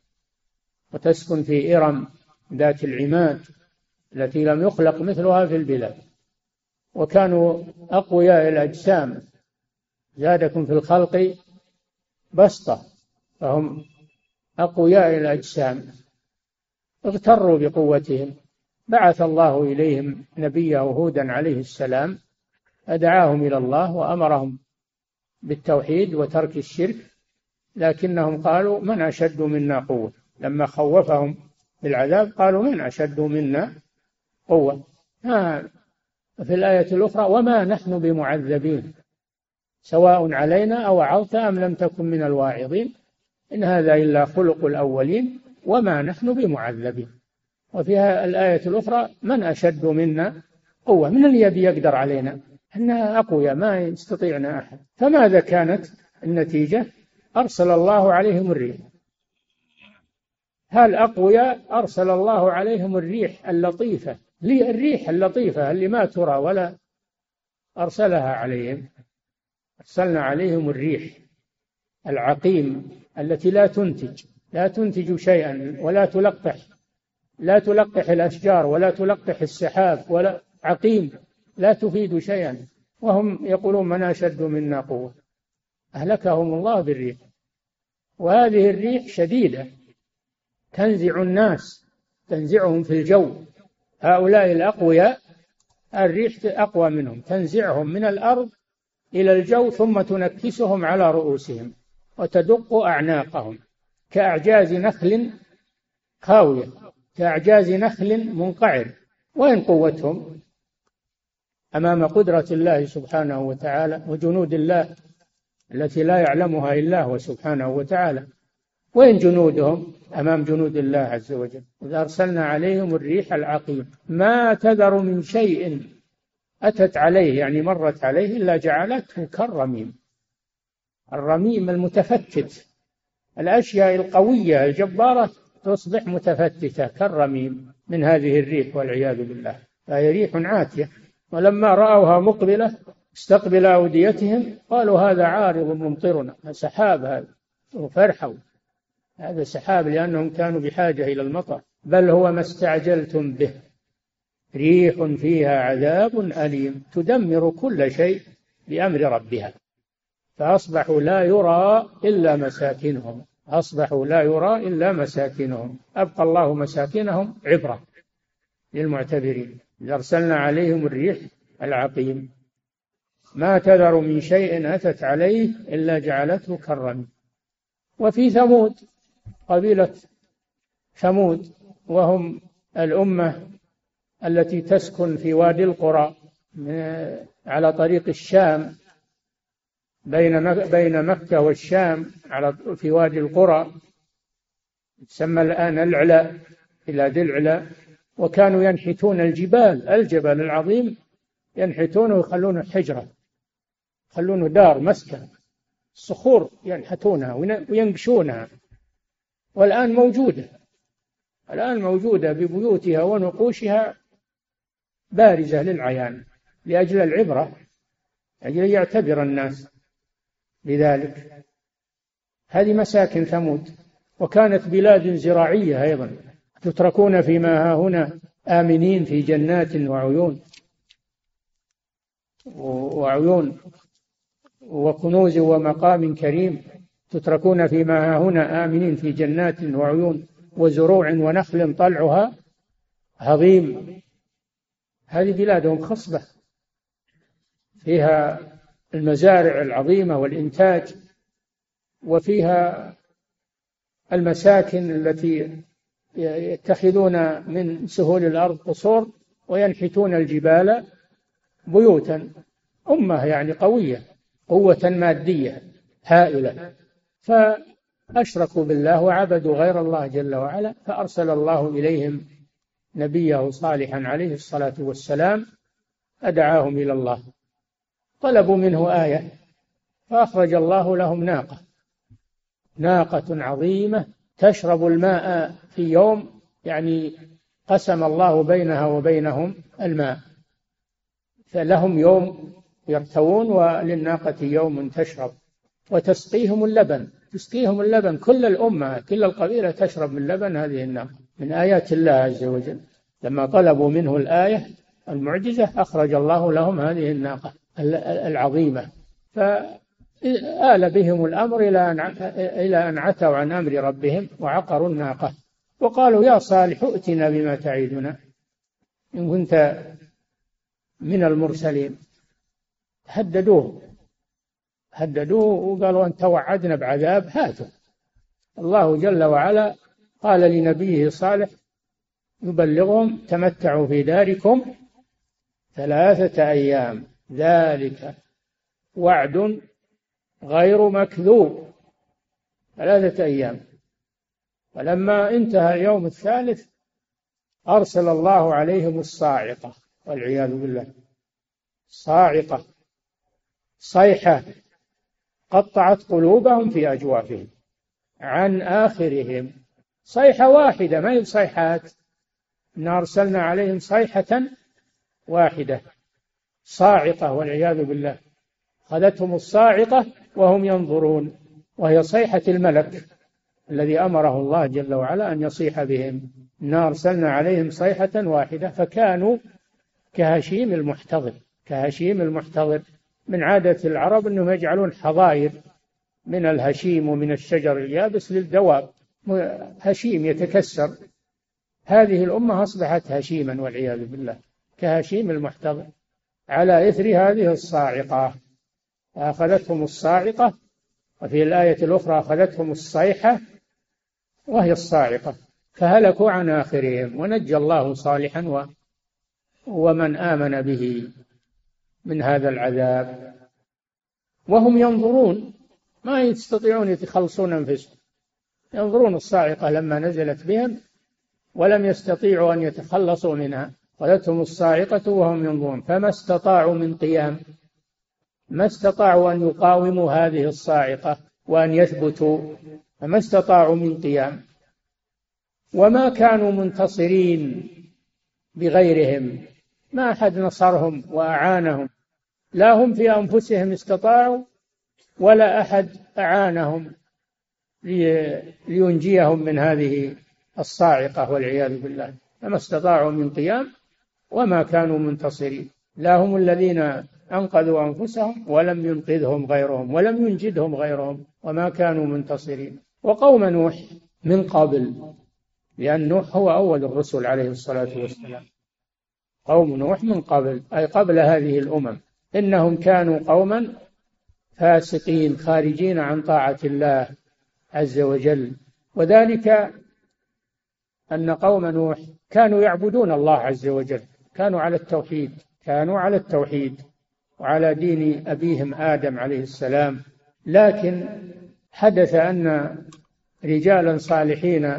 وتسكن في إرم ذات العماد التي لم يخلق مثلها في البلاد، وكانوا أقوياء الأجسام، زادكم في الخلق بسطة، فهم أقوياء الأجسام، اغتروا بقوتهم. بعث الله إليهم نبيه هودا عليه السلام، فدعاهم إلى الله وأمرهم بالتوحيد وترك الشرك، لكنهم قالوا من أشد منا قوة. لما خوفهم بالعذاب قالوا من أشد منا قوة. في الآية الأخرى وما نحن بمعذبين سواء علينا أوعظت أم لم تكن من الواعظين إن هذا إلا خلق الأولين وما نحن بمعذبين. وفيها الآية الأخرى من أشد منا قوة، من اللي يبي يقدر علينا؟ احنا أقوياء ما يستطيعنا أحد. فماذا كانت النتيجة؟ أرسل الله عليهم الريح. هالأقوياء أرسل الله عليهم الريح اللطيفة، الريح اللطيفة اللي ما ترى ولا أرسلها عليهم. أرسلنا عليهم الريح العقيم التي لا تنتج شيئا، لا تلقح الأشجار ولا تلقح السحاب، ولا عقيم، لا تفيد شيئا، وهم يقولون من أشد منا قوة. أهلكهم الله بالريح. وهذه الريح شديدة تنزع الناس، تنزعهم في الجو. هؤلاء الأقوياء الريح أقوى منهم، تنزعهم من الأرض إلى الجو ثم تنكسهم على رؤوسهم وتدق أعناقهم كأعجاز نخل خاوية، كأعجاز نخل منقعر. وين قوتهم أمام قدرة الله سبحانه وتعالى وجنود الله التي لا يعلمها إلا هو سبحانه وتعالى؟ وين جنودهم أمام جنود الله عز وجل؟ إذ أرسلنا عليهم الريح العقيم ما تذر من شيء أتت عليه، يعني مرت عليه، إلا جعلته كالرميم. الرميم المتفتت، الأشياء القوية الجبارة تصبح متفتتة كالرميم من هذه الريح والعياذ بالله. فهي ريح عاتية. ولما رأوها مقبلة استقبل أوديتهم قالوا هذا عارض ممطرنا. سحاب هذا، وفرحوا هذا سحاب لأنهم كانوا بحاجة إلى المطر. بل هو ما استعجلتم به ريح فيها عذاب أليم تدمر كل شيء بأمر ربها. فأصبحوا لا يرى إلا مساكنهم، أبقى الله مساكنهم عبرة للمعتبرين. أرسلنا عليهم الريح العقيم ما تذر من شيء أتت عليه إلا جعلته كالرميم. وفي ثمود، قبيلة ثمود، وهم الأمة التي تسكن في وادي القرى على طريق الشام، بين مكة والشام، في وادي القرى، تسمى الآن العلا، إلى ذي العلا. وكانوا ينحتون الجبل العظيم، ينحتونه ويخلونه حجرة، يخلونه دار مسكن، الصخور ينحتونها وينقشونها. والآن موجودة ببيوتها ونقوشها بارزة للعيان لأجل العبرة، أجل يعتبر الناس بذلك. هذه مساكن ثمود. وكانت بلاد زراعية أيضا، تتركون فيما هاهنا آمنين في جنات وعيون وكنوز ومقام كريم، تتركون فيما هاهنا آمنين في جنات وعيون وزروع ونخل طلعها هضيم. هذه بلادهم خصبة فيها المزارع العظيمة والإنتاج، وفيها المساكن التي يتخذون من سهول الأرض قصور وينحتون الجبال بيوتا. أمة يعني قوة مادية هائلة. فأشركوا بالله وعبدوا غير الله جل وعلا، فأرسل الله إليهم نبيه صالحا عليه الصلاة والسلام، أدعاهم إلى الله. طلبوا منه آية فأخرج الله لهم ناقة عظيمة تشرب الماء في يوم، يعني قسم الله بينها وبينهم الماء، فلهم يوم يرتوون وللناقة يوم تشرب، وتسقيهم اللبن. كل الأمة، كل القبيلة تشرب من لبن هذه الناقة، من آيات الله عز وجل. لما طلبوا منه الآية المعجزة أخرج الله لهم هذه الناقة العظيمة. فآل بهم الأمر إلى أن عتوا عن أمر ربهم وعقروا الناقة، وقالوا يا صالح ائتنا بما تعيدنا إن كنت من المرسلين. هددوه وقالوا أن توعدنا بعذاب، هاتوا. الله جل وعلا قال لنبيه صالح يبلغهم تمتعوا في داركم 3 أيام ذلك وعد غير مكذوب. 3 أيام. ولما انتهى اليوم الثالث أرسل الله عليهم الصاعقة، والعياذ بالله. صاعقة، صيحة قطعت قلوبهم في أجوافهم عن آخرهم. صيحة واحدة، ما هي صيحات. إنا أرسلنا عليهم صيحة واحدة صاعقة والعياذ بالله. أخذتهم الصاعقة وهم ينظرون، وهي صيحة الملك الذي أمره الله جل وعلا أن يصيح بهم. إنا أرسلنا عليهم صيحة واحدة فكانوا كهشيم المحتضر. كهشيم المحتضر، من عادة العرب أنهم يجعلون حظائر من الهشيم ومن الشجر اليابس للدواب، هشيم يتكسر. هذه الأمة أصبحت هشيما والعياذ بالله، كهشيم المحتضر على إثر هذه الصاعقة. أخذتهم الصاعقة، وفي الآية الأخرى أخذتهم الصيحة وهي الصاعقة فهلكوا عن آخرهم، ونجى الله صالحا ومن آمن به من هذا العذاب. وهم ينظرون، ما يستطيعون يتخلصون أنفسهم، ينظرون الصاعقة لما نزلت بهم ولم يستطيعوا أن يتخلصوا منها. أخذتهم الصاعقة وهم ينظرون فما استطاعوا من قيام، ما استطاعوا أن يقاوموا هذه الصاعقة وأن يثبتوا، فما استطاعوا من قيام. وما كانوا منتصرين بغيرهم، ما أحد نصرهم وأعانهم، لا هم في أنفسهم استطاعوا ولا أحد أعانهم لينجيهم من هذه الصاعقة والعياذ بالله. فما استطاعوا من قيام وما كانوا منتصرين، لا هم الذين أنقذوا أنفسهم ولم ينقذهم غيرهم ولم ينجدهم غيرهم، وما كانوا منتصرين. وقوم نوح من قبل، لأن نوح هو أول الرسل عليه الصلاة والسلام. قوم نوح من قبل أي قبل هذه الأمم، إنهم كانوا قوما فاسقين خارجين عن طاعة الله عز وجل. وذلك أن قوم نوح كانوا يعبدون الله عز وجل، كانوا على التوحيد وعلى دين أبيهم آدم عليه السلام. لكن حدث أن رجالا صالحين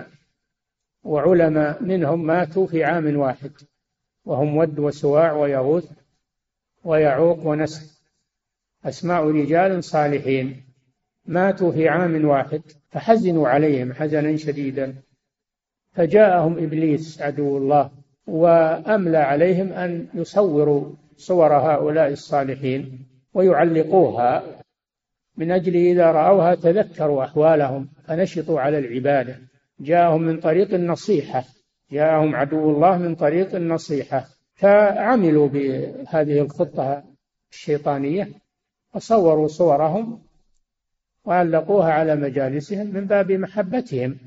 وعلماء منهم ماتوا في عام واحد، وهم ود وسواع ويغوث ويعوق ونسر، أسماء رجال صالحين ماتوا في عام واحد، فحزنوا عليهم حزنا شديدا. فجاءهم إبليس عدو الله وأملى عليهم أن يصوروا صور هؤلاء الصالحين ويعلقوها، من أجل إذا رأوها تذكروا أحوالهم فنشطوا على العبادة. جاءهم من طريق النصيحة، جاءهم عدو الله من طريق النصيحة، فعملوا بهذه الخطة الشيطانية وصوروا صورهم وعلقوها على مجالسهم من باب محبتهم.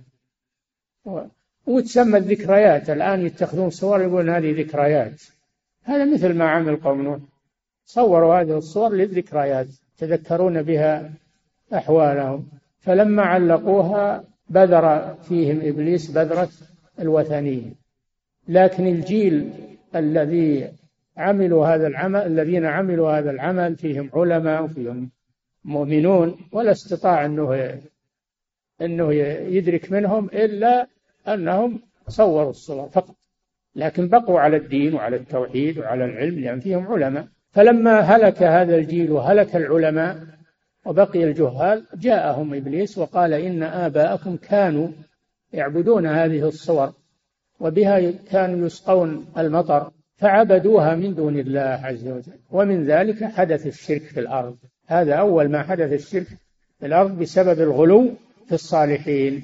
وتسمى الذكريات، الآن يتخذون صور يقولون هذه ذكريات. هذا مثل ما عمل قوم نوح، صوروا هذه الصور للذكريات تذكرون بها أحوالهم. فلما علقوها بذر فيهم إبليس بذرة الوثنية. لكن الجيل الذين عملوا هذا العمل فيهم علماء وفيهم مؤمنون، ولا استطاع أنه يدرك منهم إلا أنهم صوروا الصور فقط، لكن بقوا على الدين وعلى التوحيد وعلى العلم لأن فيهم علماء. فلما هلك هذا الجيل وهلك العلماء وبقي الجهال، جاءهم إبليس وقال إن آباءكم كانوا يعبدون هذه الصور وبها كانوا يسقون المطر فعبدوها من دون الله عز وجل، ومن ذلك حدث الشرك في الأرض. هذا أول ما حدث الشرك في الأرض بسبب الغلو في الصالحين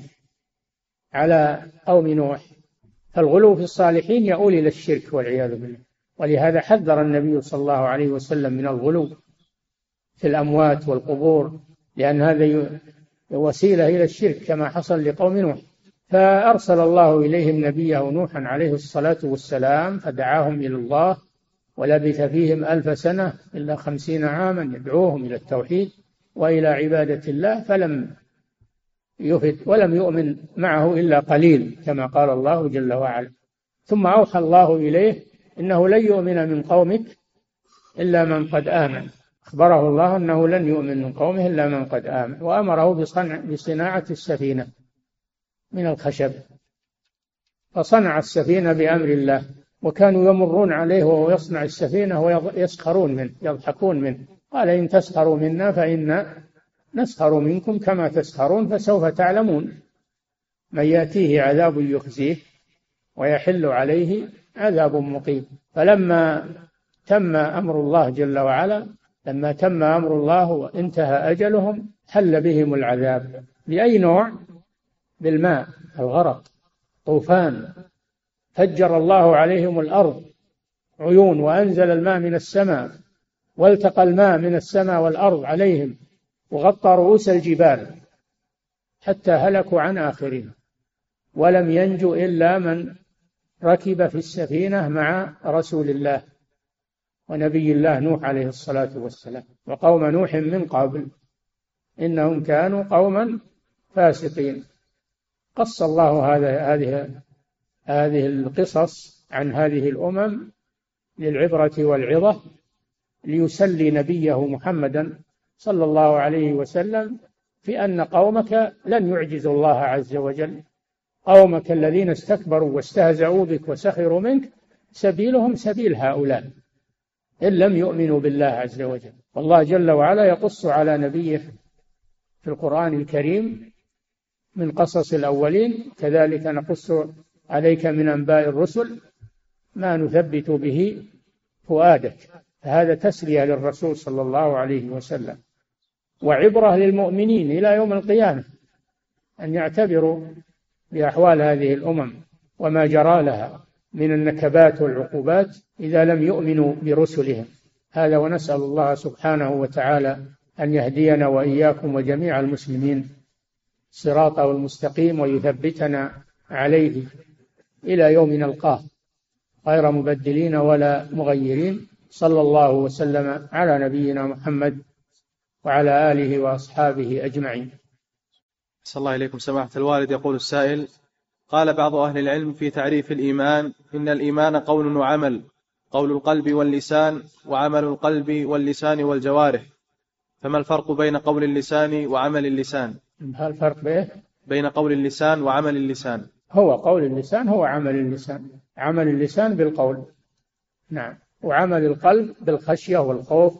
على قوم نوح. فالغلو في الصالحين يؤول إلى الشرك والعياذ بالله، ولهذا حذر النبي صلى الله عليه وسلم من الغلو في الأموات والقبور، لأن هذا وسيلة إلى الشرك كما حصل لقوم نوح. فأرسل الله إليهم نبيه نوحا عليه الصلاة والسلام فدعاهم إلى الله، ولبث فيهم 1000 سنة إلا 50 عاما يدعوهم إلى التوحيد وإلى عبادة الله، فلم يفد ولم يؤمن معه إلا قليل كما قال الله جل وعلا. ثم أوحى الله إليه إنه لن يؤمن من قومك إلا من قد آمن، أخبره الله أنه لن يؤمن من قومه إلا من قد آمن، وأمره بصناعة السفينة من الخشب، فصنع السفينة بأمر الله وكانوا يمرون عليه وهو يصنع السفينة ويسخرون منه يضحكون منه. قال إن تسخروا منا فإنا نسخر منكم كما تسخرون فسوف تعلمون من يأتيه عذاب يخزيه ويحل عليه عذاب مقيم. فلما تم أمر الله جل وعلا، لما تم أمر الله وانتهى أجلهم، حل بهم العذاب. بأي نوع؟ بالماء، الغرق، طوفان، فجر الله عليهم الأرض عيون وأنزل الماء من السماء، والتقى الماء من السماء والأرض عليهم وغطى رؤوس الجبال حتى هلكوا عن آخرهم، ولم ينجو إلا من ركب في السفينة مع رسول الله ونبي الله نوح عليه الصلاة والسلام، وقوم نوح من قبل إنهم كانوا قوما فاسقين. قص الله هذه القصص عن هذه الأمم للعبرة والعظة، ليسلي نبيه محمدا صلى الله عليه وسلم في أن قومك لن يعجزوا الله عز وجل. قومك الذين استكبروا واستهزأوا بك وسخروا منك سبيلهم سبيل هؤلاء إن لم يؤمنوا بالله عز وجل. والله جل وعلا يقص على نبيه في القرآن الكريم من قصص الأولين، كذلك نقص عليك من أنباء الرسل ما نثبت به فؤادك. فهذا تسلية للرسول صلى الله عليه وسلم وعبرة للمؤمنين إلى يوم القيامة، أن يعتبروا بأحوال هذه الأمم وما جرى لها من النكبات والعقوبات إذا لم يؤمنوا برسلهم. هذا، ونسأل الله سبحانه وتعالى أن يهدينا وإياكم وجميع المسلمين صراطه المستقيم ويثبتنا عليه إلى يوم نلقاه غير مبدلين ولا مغيرين. صلى الله وسلم على نبينا محمد وعلى آله وأصحابه أجمعين. صلى الله إليكم سماحة الوالد. يقول السائل: قال بعض أهل العلم في تعريف الإيمان إن الإيمان قول وعمل، قول القلب واللسان، وعمل القلب واللسان والجوارح، فما الفرق بين قول اللسان وعمل اللسان؟ هل الفرق بين قول اللسان وعمل اللسان؟ هو قول اللسان هو عمل اللسان. عمل اللسان بالقول، نعم، وعمل القلب بالخشية والخوف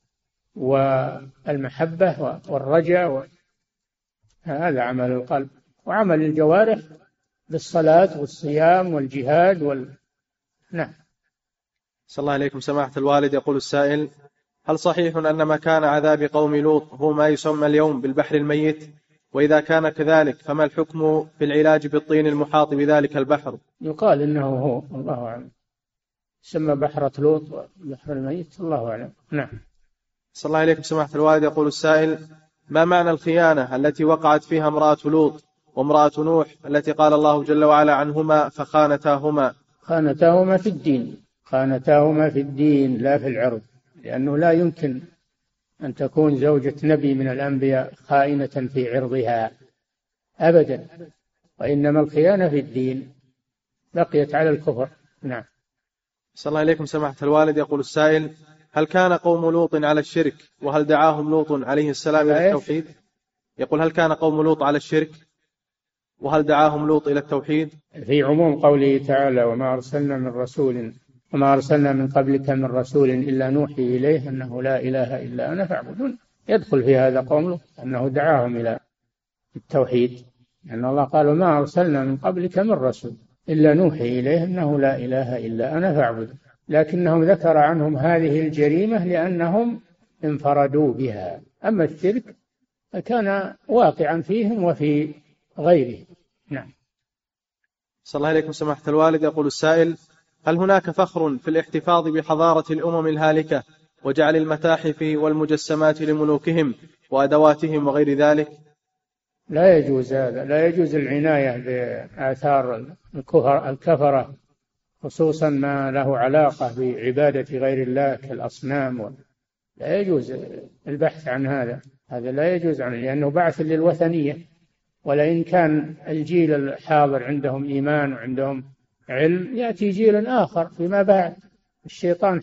والمحبة والرجاء، هذا عمل القلب. وعمل الجوارح بالصلاة والصيام والجهاد نعم. صلى الله عليكم سماحة الوالد. يقول السائل: هل صحيح أن مكان عذاب قوم لوط هو ما يسمى اليوم بالبحر الميت؟ وإذا كان كذلك فما الحكم في العلاج بالطين المحاط بذلك البحر؟ يقال إنه هو، الله أعلم، يسمى بحرة لوط والبحر الميت، الله أعلم. نعم. صلى الله عليكم سماحة الوالد. يقول السائل: ما معنى الخيانة التي وقعت فيها امرأة لوط وامرأة نوح التي قال الله جل وعلا عنهما فخانتاهما؟ خانتاهما في الدين، خانتاهما في الدين لا في العرض، لأنه لا يمكن أن تكون زوجة نبي من الأنبياء خائنة في عرضها أبدا، وإنما الخيانة في الدين، بقيت على الكفر. نعم. صلى الله عليكم سماحة الوالد. يقول السائل: هل كان قوم لوط على الشرك وهل دعاهم لوط عليه السلام إلى التوحيد؟ يقول: هل كان قوم لوط على الشرك وهل دعاهم لوط إلى التوحيد؟ في عموم قوله تعالى: وما أرسلنا من قبلك من رسول إلا نوحي إليه أنه لا إله إلا أنا فاعبدون. يدخل في هذا قوم لوط أنه دعاهم إلى التوحيد، لأن الله قال: وما أرسلنا من قبلك من رسول إلا نوحي إليه أنه لا إله إلا أنا فاعبدون. لكنهم ذكر عنهم هذه الجريمة لأنهم انفردوا بها، أما الشرك فكان واقعا فيهم وفي غيره. نعم. صلى الله عليكم سماحة الوالد. يقول السائل: هل هناك فخر في الاحتفاظ بحضارة الأمم الهالكة وجعل المتاحف والمجسمات لملوكهم وأدواتهم وغير ذلك؟ لا يجوز هذا، لا يجوز العناية بآثار الكفرة، خصوصا ما له علاقة بعبادة غير الله كالأصنام، لا يجوز البحث عن هذا لا يجوز عنه، لأنه بعث للوثنية. ولئن كان الجيل الحاضر عندهم إيمان وعندهم علم، يأتي جيل آخر فيما بعد. الشيطان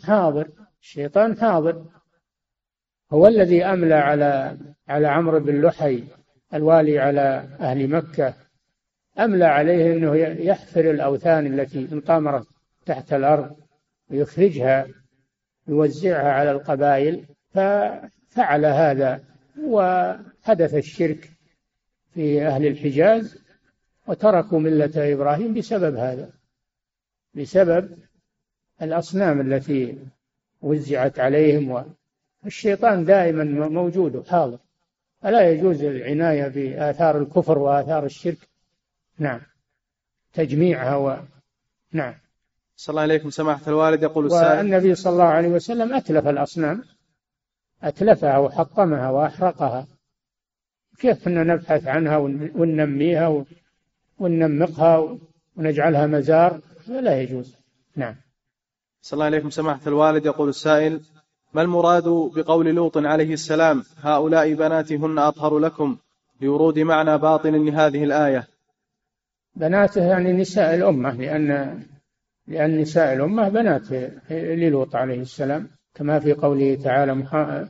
حاضر، هو الذي أملى على عمرو بن لحي الوالي على أهل مكة، أملى عليه أنه يحفر الأوثان التي انطمرت تحت الأرض ويخرجها يوزعها على القبائل، ففعل هذا وحدث الشرك في أهل الحجاز وتركوا ملة إبراهيم بسبب هذا، بسبب الأصنام التي وزعت عليهم. والشيطان دائما موجود وحاضر، فلا يجوز العناية بآثار الكفر وآثار الشرك. نعم، تجميعها نعم. صلى الله عليكم سماحة الوالد. يقول السائل: والنبي صلى الله عليه وسلم أتلف الأصنام، أتلفها وحطمها وأحرقها، كيف كنا نبحث عنها وننميها وننمقها ونجعلها مزار؟ لا يجوز. نعم. صلى الله عليكم سماحة الوالد. يقول السائل: ما المراد بقول لوط عليه السلام: هؤلاء بناتي هن أطهر لكم، لورود معنى باطن لهذه الآية؟ بناته يعني نساء الأمة، لأن نساء الأمة بنات للوط عليه السلام، كما في قوله تعالى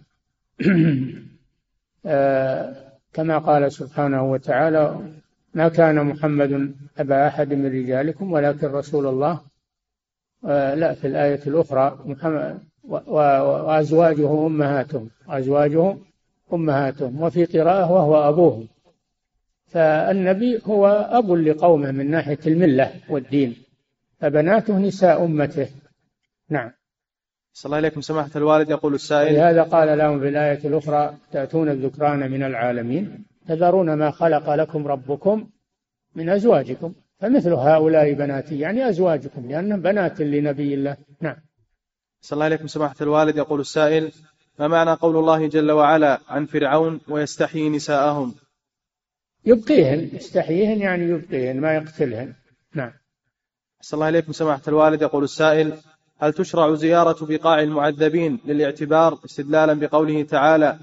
كما قال سبحانه وتعالى: ما كان محمد أبا أحد من رجالكم ولكن رسول الله. لا، في الآية الأخرى: محمد وأزواجه أمهاتهم، أزواجه أمهاتهم، وفي قراءة وهو أبوهم. فالنبي هو أب لقومه من ناحية الملة والدين، فبناته نساء أمته. نعم. صلى الله عليكم سماحة الوالد. يقول السائل: لهذا قال لهم في الآية الأخرى: تأتون الذكران من العالمين تذرون ما خلق لكم ربكم من أزواجكم، فمثل هؤلاء بناتي، يعني أزواجكم، لأنهم بنات لنبي الله. نعم. صلى الله عليكم سماحة الوالد. يقول السائل: ما معنى قول الله جل وعلا عن فرعون: ويستحيي نساءهم؟ يبقيهن، يستحييهن يعني يبقيهن، ما يقتلهن. نعم. صلى الله عليكم سماحة الوالد. يقول السائل: هل تشرع زيارة بقاع المعذبين للاعتبار استدلالا بقوله تعالى: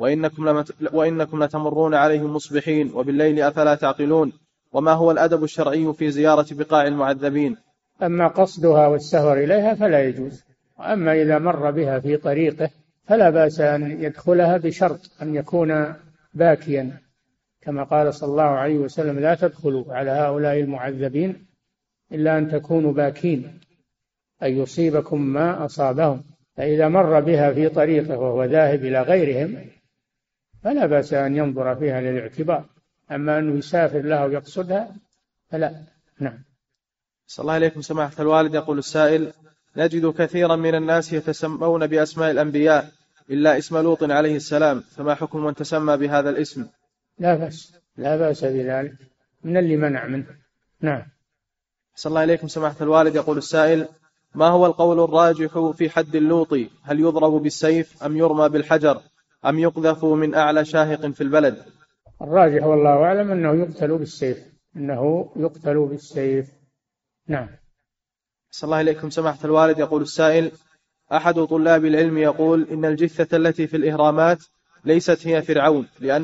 وإنكم لتمرون عليهم مصبحين وبالليل أفلا تعقلون؟ وما هو الأدب الشرعي في زيارة بقاع المعذبين؟ أما قصدها والسهر إليها فلا يجوز، وأما إذا مر بها في طريقه فلا بأس أن يدخلها بشرط أن يكون باكيا، كما قال صلى الله عليه وسلم: لا تدخلوا على هؤلاء المعذبين إلا أن تكونوا باكين، أن يصيبكم ما أصابهم. فإذا مر بها في طريقه وهو ذاهب إلى غيرهم فلا بأس أن ينظر فيها للاعتبار، أما أنه يسافر لها ويقصدها فلا. نعم. صلى الله عليكم سماحة الوالد. يقول السائل: نجد كثيرا من الناس يتسمون بأسماء الأنبياء إلا اسم لوط عليه السلام، فما حكم من تسمى بهذا الاسم؟ لا بأس، لا بأس بذلك، من اللي منع منه. نعم. صلى الله عليكم سماحة الوالد. يقول السائل: ما هو القول الراجح في حد اللوطي؟ هل يضرب بالسيف أم يرمى بالحجر أم يقذف من أعلى شاهق في البلد؟ الراجح والله أعلم أنه يقتل بالسيف، أنه يقتل بالسيف. نعم. صلى الله عليكم سماحة الوالد. يقول السائل: أحد طلاب العلم يقول إن الجثة التي في الإهرامات ليست هي فرعون،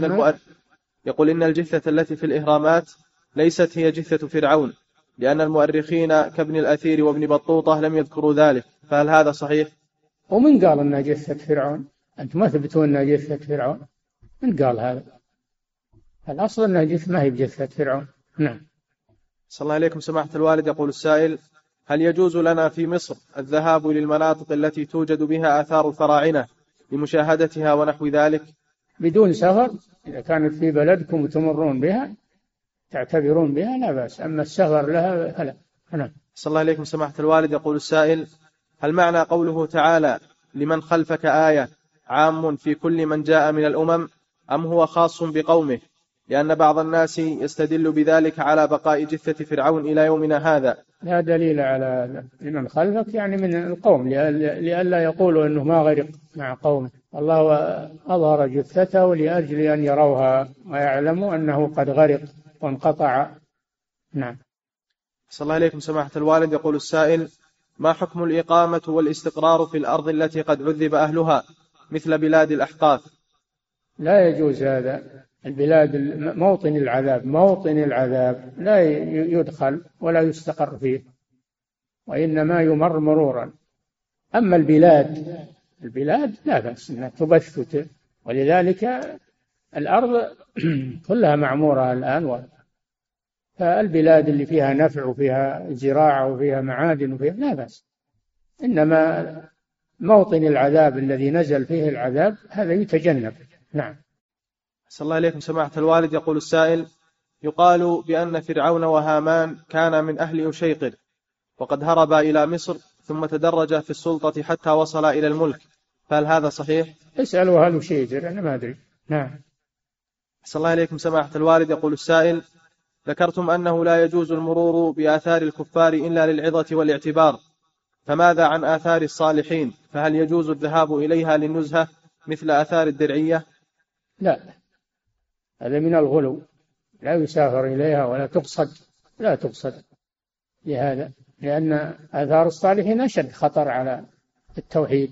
يقول إن الجثة التي في الإهرامات ليست هي جثة فرعون، لأن المؤرخين كابن الأثير وابن بطوطة لم يذكروا ذلك، فهل هذا صحيح؟ ومن قال أنها جثة فرعون؟ أنتم ما تثبتون أنها جثة فرعون، من قال هذا؟ الأصل أنها جثة، ما هي بجثة فرعون. نعم. صلى الله عليكم سماحة الوالد. يقول السائل: هل يجوز لنا في مصر الذهاب للمناطق التي توجد بها آثار الفراعنة لمشاهدتها ونحو ذلك؟ بدون سفر، إذا كانت في بلدكم وتمرون بها تعتبرون بها لا بأس، أما السفر لها فلا. نعم. صلى الله عليكم سماحة الوالد. يقول السائل: هل معنى قوله تعالى لمن خلفك آية عام في كل من جاء من الأمم، أم هو خاص بقومه؟ لأن بعض الناس يستدل بذلك على بقاء جثة فرعون إلى يومنا هذا. لا دليل على لمن خلفك، يعني من القوم، لئلا يقولوا أنه ما غرق مع قومه. الله أظهر جثته لأجل أن يروها ويعلموا أنه قد غرق وانقطع. نعم. صلى الله عليكم سماحة الوالد. يقول السائل: ما حكم الإقامة والاستقرار في الأرض التي قد عذب أهلها مثل بلاد الأحقاف؟ لا يجوز هذا. البلاد موطن العذاب لا يدخل ولا يستقر فيه، وإنما يمر مرورا. أما البلاد لا بأس أنها تبث، ولذلك الأرض كلها معمورة الآن فالبلاد اللي فيها نفع وفيها زراعة وفيها معادن وفيها لا بأس، إنما موطن العذاب الذي نزل فيه العذاب هذا يتجنب. نعم. أحسن الله إليكم سماحة الوالد. يقول السائل: يقال بأن فرعون وهامان كان من أهل أشيقر، وقد هربا إلى مصر ثم تدرج في السلطة حتى وصل إلى الملك، فهل هذا صحيح؟ اسألوا أهل أشيقر، أنا ما أدري. نعم. أحسن الله إليكم سماحة الوالد. يقول السائل: ذكرتم أنه لا يجوز المرور بآثار الكفار إلا للعظة والاعتبار، فماذا عن آثار الصالحين؟ فهل يجوز الذهاب إليها للنزهة مثل آثار الدرعية؟ لا، هذا من الغلو، لا يسافر إليها ولا تقصد، لا تقصد لهذا، لأن آثار الصالحين أشد خطر على التوحيد،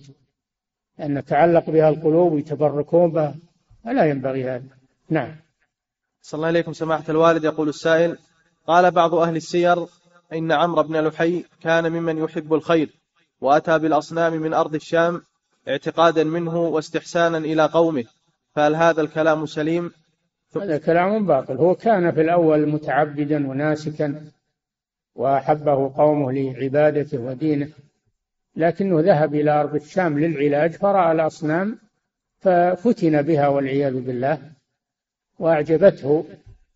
لأن تعلق بها القلوب ويتبركون بها، فلا ينبغي هذا. نعم. صلى الله عليكم سماحة الوالد. يقول السائل: قال بعض أهل السير إن عمرو بن لحي كان ممن يحب الخير، وأتى بالأصنام من أرض الشام اعتقادا منه واستحسانا إلى قومه، فهل هذا الكلام سليم؟ هذا كلام باطل. هو كان في الأول متعبدا وناسكا وأحبه قومه لعبادته ودينه، لكنه ذهب إلى أرض الشام للعلاج فرأى الأصنام ففتن بها والعياذ بالله وأعجبته،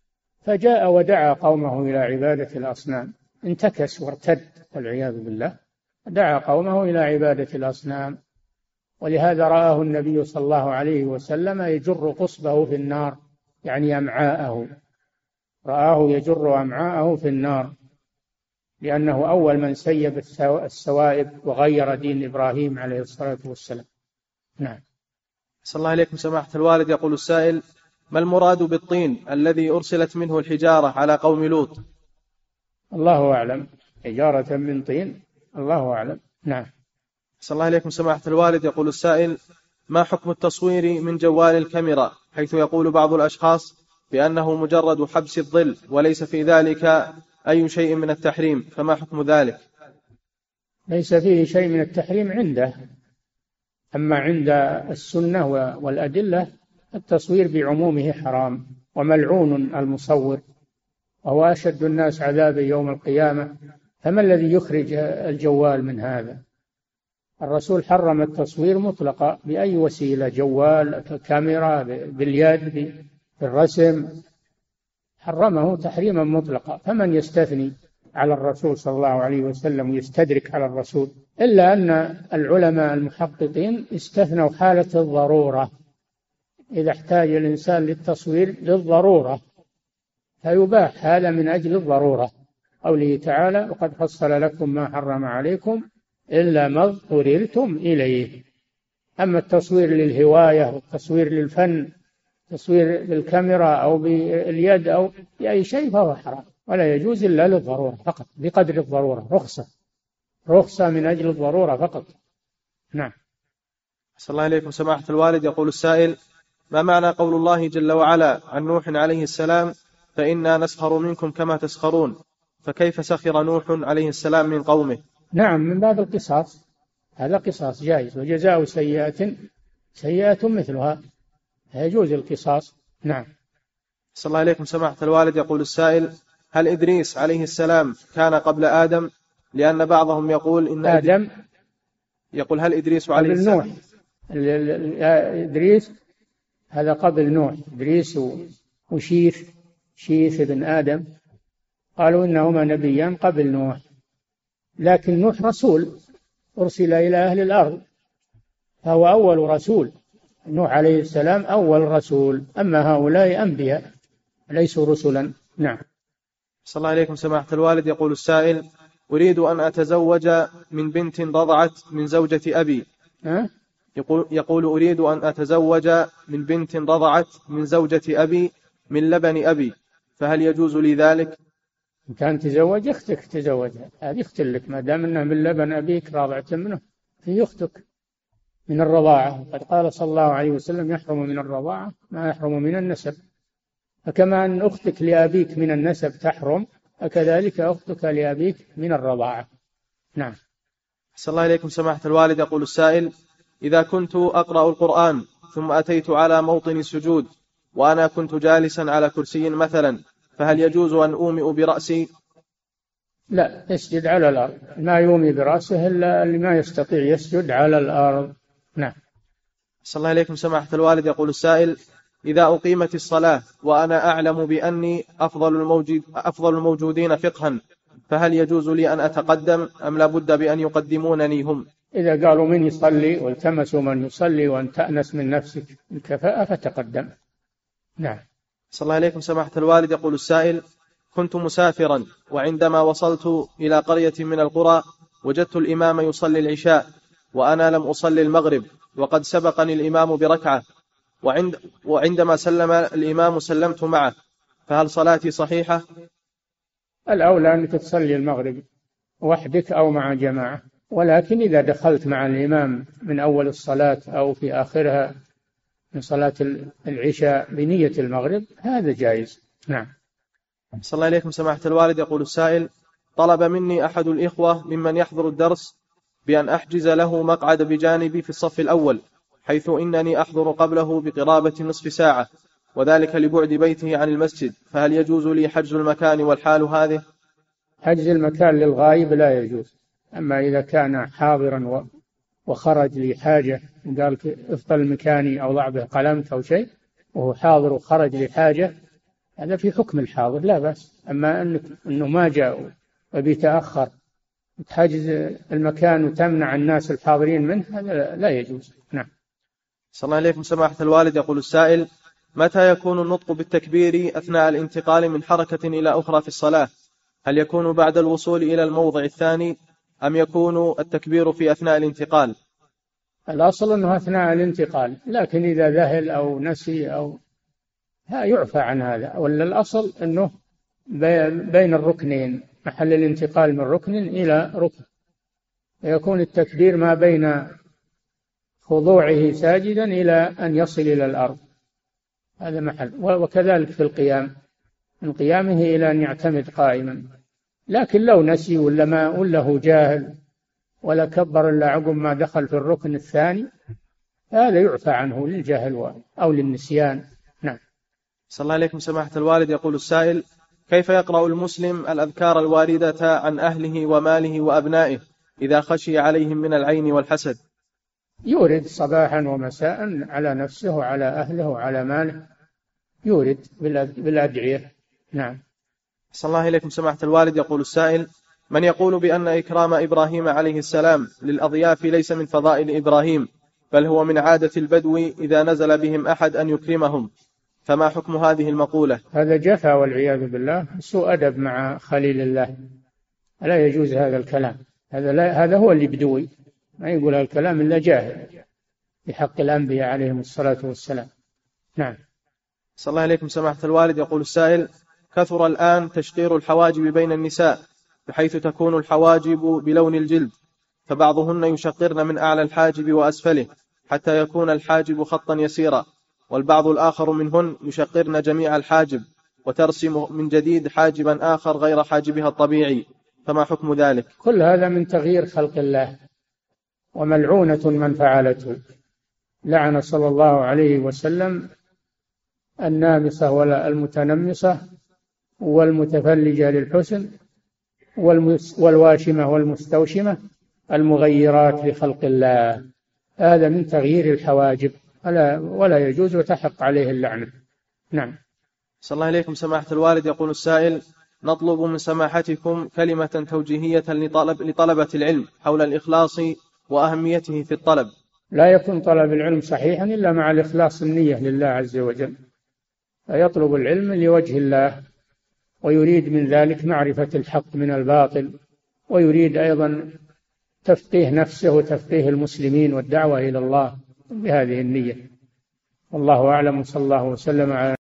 فجاء ودعا قومه إلى عبادة الأصنام، انتكس وارتد والعياذ بالله، دعا قومه إلى عبادة الأصنام. ولهذا رآه النبي صلى الله عليه وسلم يجر قصبه في النار، يعني أمعاءه، رآه يجر أمعاءه في النار، لأنه أول من سيب السوائب وغير دين إبراهيم عليه الصلاة والسلام. نعم. صلى الله عليكم سماحة الوالد. يقول السائل: ما المراد بالطين الذي أرسلت منه الحجارة على قوم لوط؟ الله أعلم، حجارة من طين، الله أعلم. نعم. صلى الله عليكم سماحة الوالد. يقول السائل: ما حكم التصوير من جوال الكاميرا، حيث يقول بعض الأشخاص بأنه مجرد حبس الظل وليس في ذلك أي شيء من التحريم، فما حكم ذلك؟ ليس فيه شيء من التحريم عنده، أما عند السنة والأدلة التصوير بعمومه حرام، وملعون المصور، وهو أشد الناس عذابا يوم القيامة، فما الذي يخرج الجوال من هذا؟ الرسول حرم التصوير مطلقا بأي وسيلة، جوال، كاميرا، باليد، بالرسم، حرمه تحريما مطلقا، فمن يستثني على الرسول صلى الله عليه وسلم ويستدرك على الرسول؟ إلا أن العلماء المحققين استثنوا حالة الضرورة، إذا احتاج الإنسان للتصوير للضرورة فيباح هذا من أجل الضرورة، قوله تعالى: وقد فصل لكم ما حرم عليكم إلا ما اضطررتم إليه. أما التصوير للهواية والتصوير للفن، تصوير بالكاميرا أو باليد أو بأي شيء، فهو حرام ولا يجوز إلا للضرورة فقط، بقدر الضرورة، رخصة من أجل الضرورة فقط. نعم. صلى الله عليكم سماحة الوالد. يقول السائل: ما معنى قول الله جل وعلا عن نوح عليه السلام: فإنا نسخر منكم كما تسخرون؟ فكيف سخر نوح عليه السلام من قومه؟ نعم، من باب القصاص، هذا قصاص جائز، وجزاء سيئة مثلها، يجوز القصاص. نعم. صلى الله عليكم سماحة الوالد. يقول السائل: هل إدريس عليه السلام كان قبل آدم؟ لأن بعضهم يقول إن آدم يقول هل إدريس عليه السلام؟ نوح. إدريس هذا قبل نوح، إدريس شيث ابن آدم، قالوا إنهما نبيان قبل نوح، لكن نوح رسول أرسل إلى أهل الأرض، فهو أول رسول، نوح عليه السلام أول رسول، أما هؤلاء أنبياء ليسوا رسلا. نعم. صلى الله عليكم سماحة الوالد. يقول السائل: أريد أن أتزوج من بنت رضعت من زوجة أبي. يقول أريد أن أتزوج من بنت رضعت من زوجة أبي من لبن أبي، فهل يجوز لي ذلك؟ إن كان تزوج أختك تزوجها، هذه أخت لك، ما دام أنها من لبن أبيك راضعة منه، في أختك من الرضاعة، قد قال صلى الله عليه وسلم: يحرم من الرضاعة ما يحرم من النسب، فكما أن أختك لأبيك من النسب تحرم، فكذلك أختك لأبيك من الرضاعة. نعم. صلى الله عليكم سماحة الوالد. يقول السائل: إذا كنت أقرأ القرآن ثم أتيت على موطن السجود وأنا كنت جالسا على كرسي مثلا، فهل يجوز أن أومئ برأسي؟ لا، يسجد على الأرض، ما يومي برأسه إلا اللي ما يستطيع يسجد على الأرض. نعم. صلى الله عليكم سماحة الوالد. يقول السائل: إذا أقيمت الصلاة وأنا أعلم بأني أفضل الموجودين فقها، فهل يجوز لي أن أتقدم أم لا بد بأن يقدمونني هم؟ إذا قالوا من يصلي والتمسوا من يصلي وأن تأنس من نفسك الكفاءة فتقدم. نعم. صلى الله عليكم سماحة الوالد. يقول السائل: كنت مسافرا، وعندما وصلت إلى قرية من القرى وجدت الإمام يصلي العشاء وأنا لم أصلي المغرب، وقد سبقني الإمام بركعة، وعندما سلم الإمام سلمت معه، فهل صلاتي صحيحة؟ الأولى أنك تصلي المغرب وحدك أو مع جماعة، ولكن إذا دخلت مع الإمام من أول الصلاة أو في آخرها من صلاة العشاء بنية المغرب هذا جائز. نعم. صلى الله عليكم سماحة الوالد. يقول السائل: طلب مني أحد الإخوة ممن يحضر الدرس بأن أحجز له مقعد بجانبي في الصف الأول، حيث إنني أحضر قبله بقرابة نصف ساعة، وذلك لبعد بيته عن المسجد، فهل يجوز لي حجز المكان والحال هذه؟ حجز المكان للغائب لا يجوز، أما إذا كان حاضرا وخرج لحاجة، قال افضل مكاني أو ضع به قلمك أو شيء، وهو حاضر وخرج لحاجة، هذا في حكم الحاضر لا بأس. أما أنه ما جاء وبيتأخر تحجز المكان وتمنع الناس الحاضرين منه، هذا لا يجوز. نعم. صلى الله عليكم سماحة الوالد. يقول السائل: متى يكون النطق بالتكبير أثناء الانتقال من حركة إلى أخرى في الصلاة؟ هل يكون بعد الوصول إلى الموضع الثاني أم يكون التكبير في أثناء الانتقال؟ الأصل أنه أثناء الانتقال، لكن إذا ذهل أو نسي أو يعفى عن هذا، ولا الأصل أنه بين الركنين، محل الانتقال من ركن إلى ركن، يكون التكبير ما بين خضوعه ساجدا إلى أن يصل إلى الأرض، هذا محل. وكذلك في القيام، من قيامه إلى أن يعتمد قائما. لكن لو نسي ولا هو جاهل ولا كبر إلا عقب ما دخل في الركن الثاني، هذا يعفى عنه للجهل أو للنسيان. نعم. صلى الله عليكم سماحة الوالد. يقول السائل: كيف يقرأ المسلم الأذكار الواردة عن أهله وماله وأبنائه إذا خشي عليهم من العين والحسد؟ يورد صباحا ومساء على نفسه وعلى أهله وعلى ماله، يورد بالأدعية. نعم. صلى الله عليكم سماحة الوالد. يقول السائل: من يقول بأن إكرام إبراهيم عليه السلام للأضياف ليس من فضائل إبراهيم، بل هو من عادة البدو إذا نزل بهم أحد أن يكرمهم، فما حكم هذه المقولة؟ هذا جفا والعياذ بالله، سوء أدب مع خليل الله، لا يجوز هذا الكلام. هذا هو اللي بدوي، ما يقول هالكلام إلا جاهل بحق الأنبياء عليهم الصلاة والسلام. نعم. صلى الله عليكم سماحة الوالد. يقول السائل: كثر الآن تشقير الحواجب بين النساء، بحيث تكون الحواجب بلون الجلد، فبعضهن يشقرن من أعلى الحاجب وأسفله حتى يكون الحاجب خطا يسيرا، والبعض الآخر منهن يشقرن جميع الحاجب وترسم من جديد حاجبا آخر غير حاجبها الطبيعي، فما حكم ذلك؟ كل هذا من تغيير خلق الله، وملعونة من فعلته. لعن صلى الله عليه وسلم النامصة والمتنمصة والمتفلجة للحسن والواشمة والمستوشمة المغيرات لخلق الله، هذا من تغيير الحواجب ولا يجوز وتحق عليه اللعنة. نعم. صلى الله عليكم سماحة الوالد. يقول السائل: نطلب من سماحتكم كلمة توجيهية لطلبة العلم حول الإخلاص وأهميته في الطلب. لا يكون طلب العلم صحيحا إلا مع الإخلاص النية لله عز وجل، فيطلب العلم لوجه الله، ويريد من ذلك معرفة الحق من الباطل، ويريد أيضا تفقيه نفسه وتفقيه المسلمين والدعوة إلى الله بهذه النية. والله أعلم، صلى الله وسلم على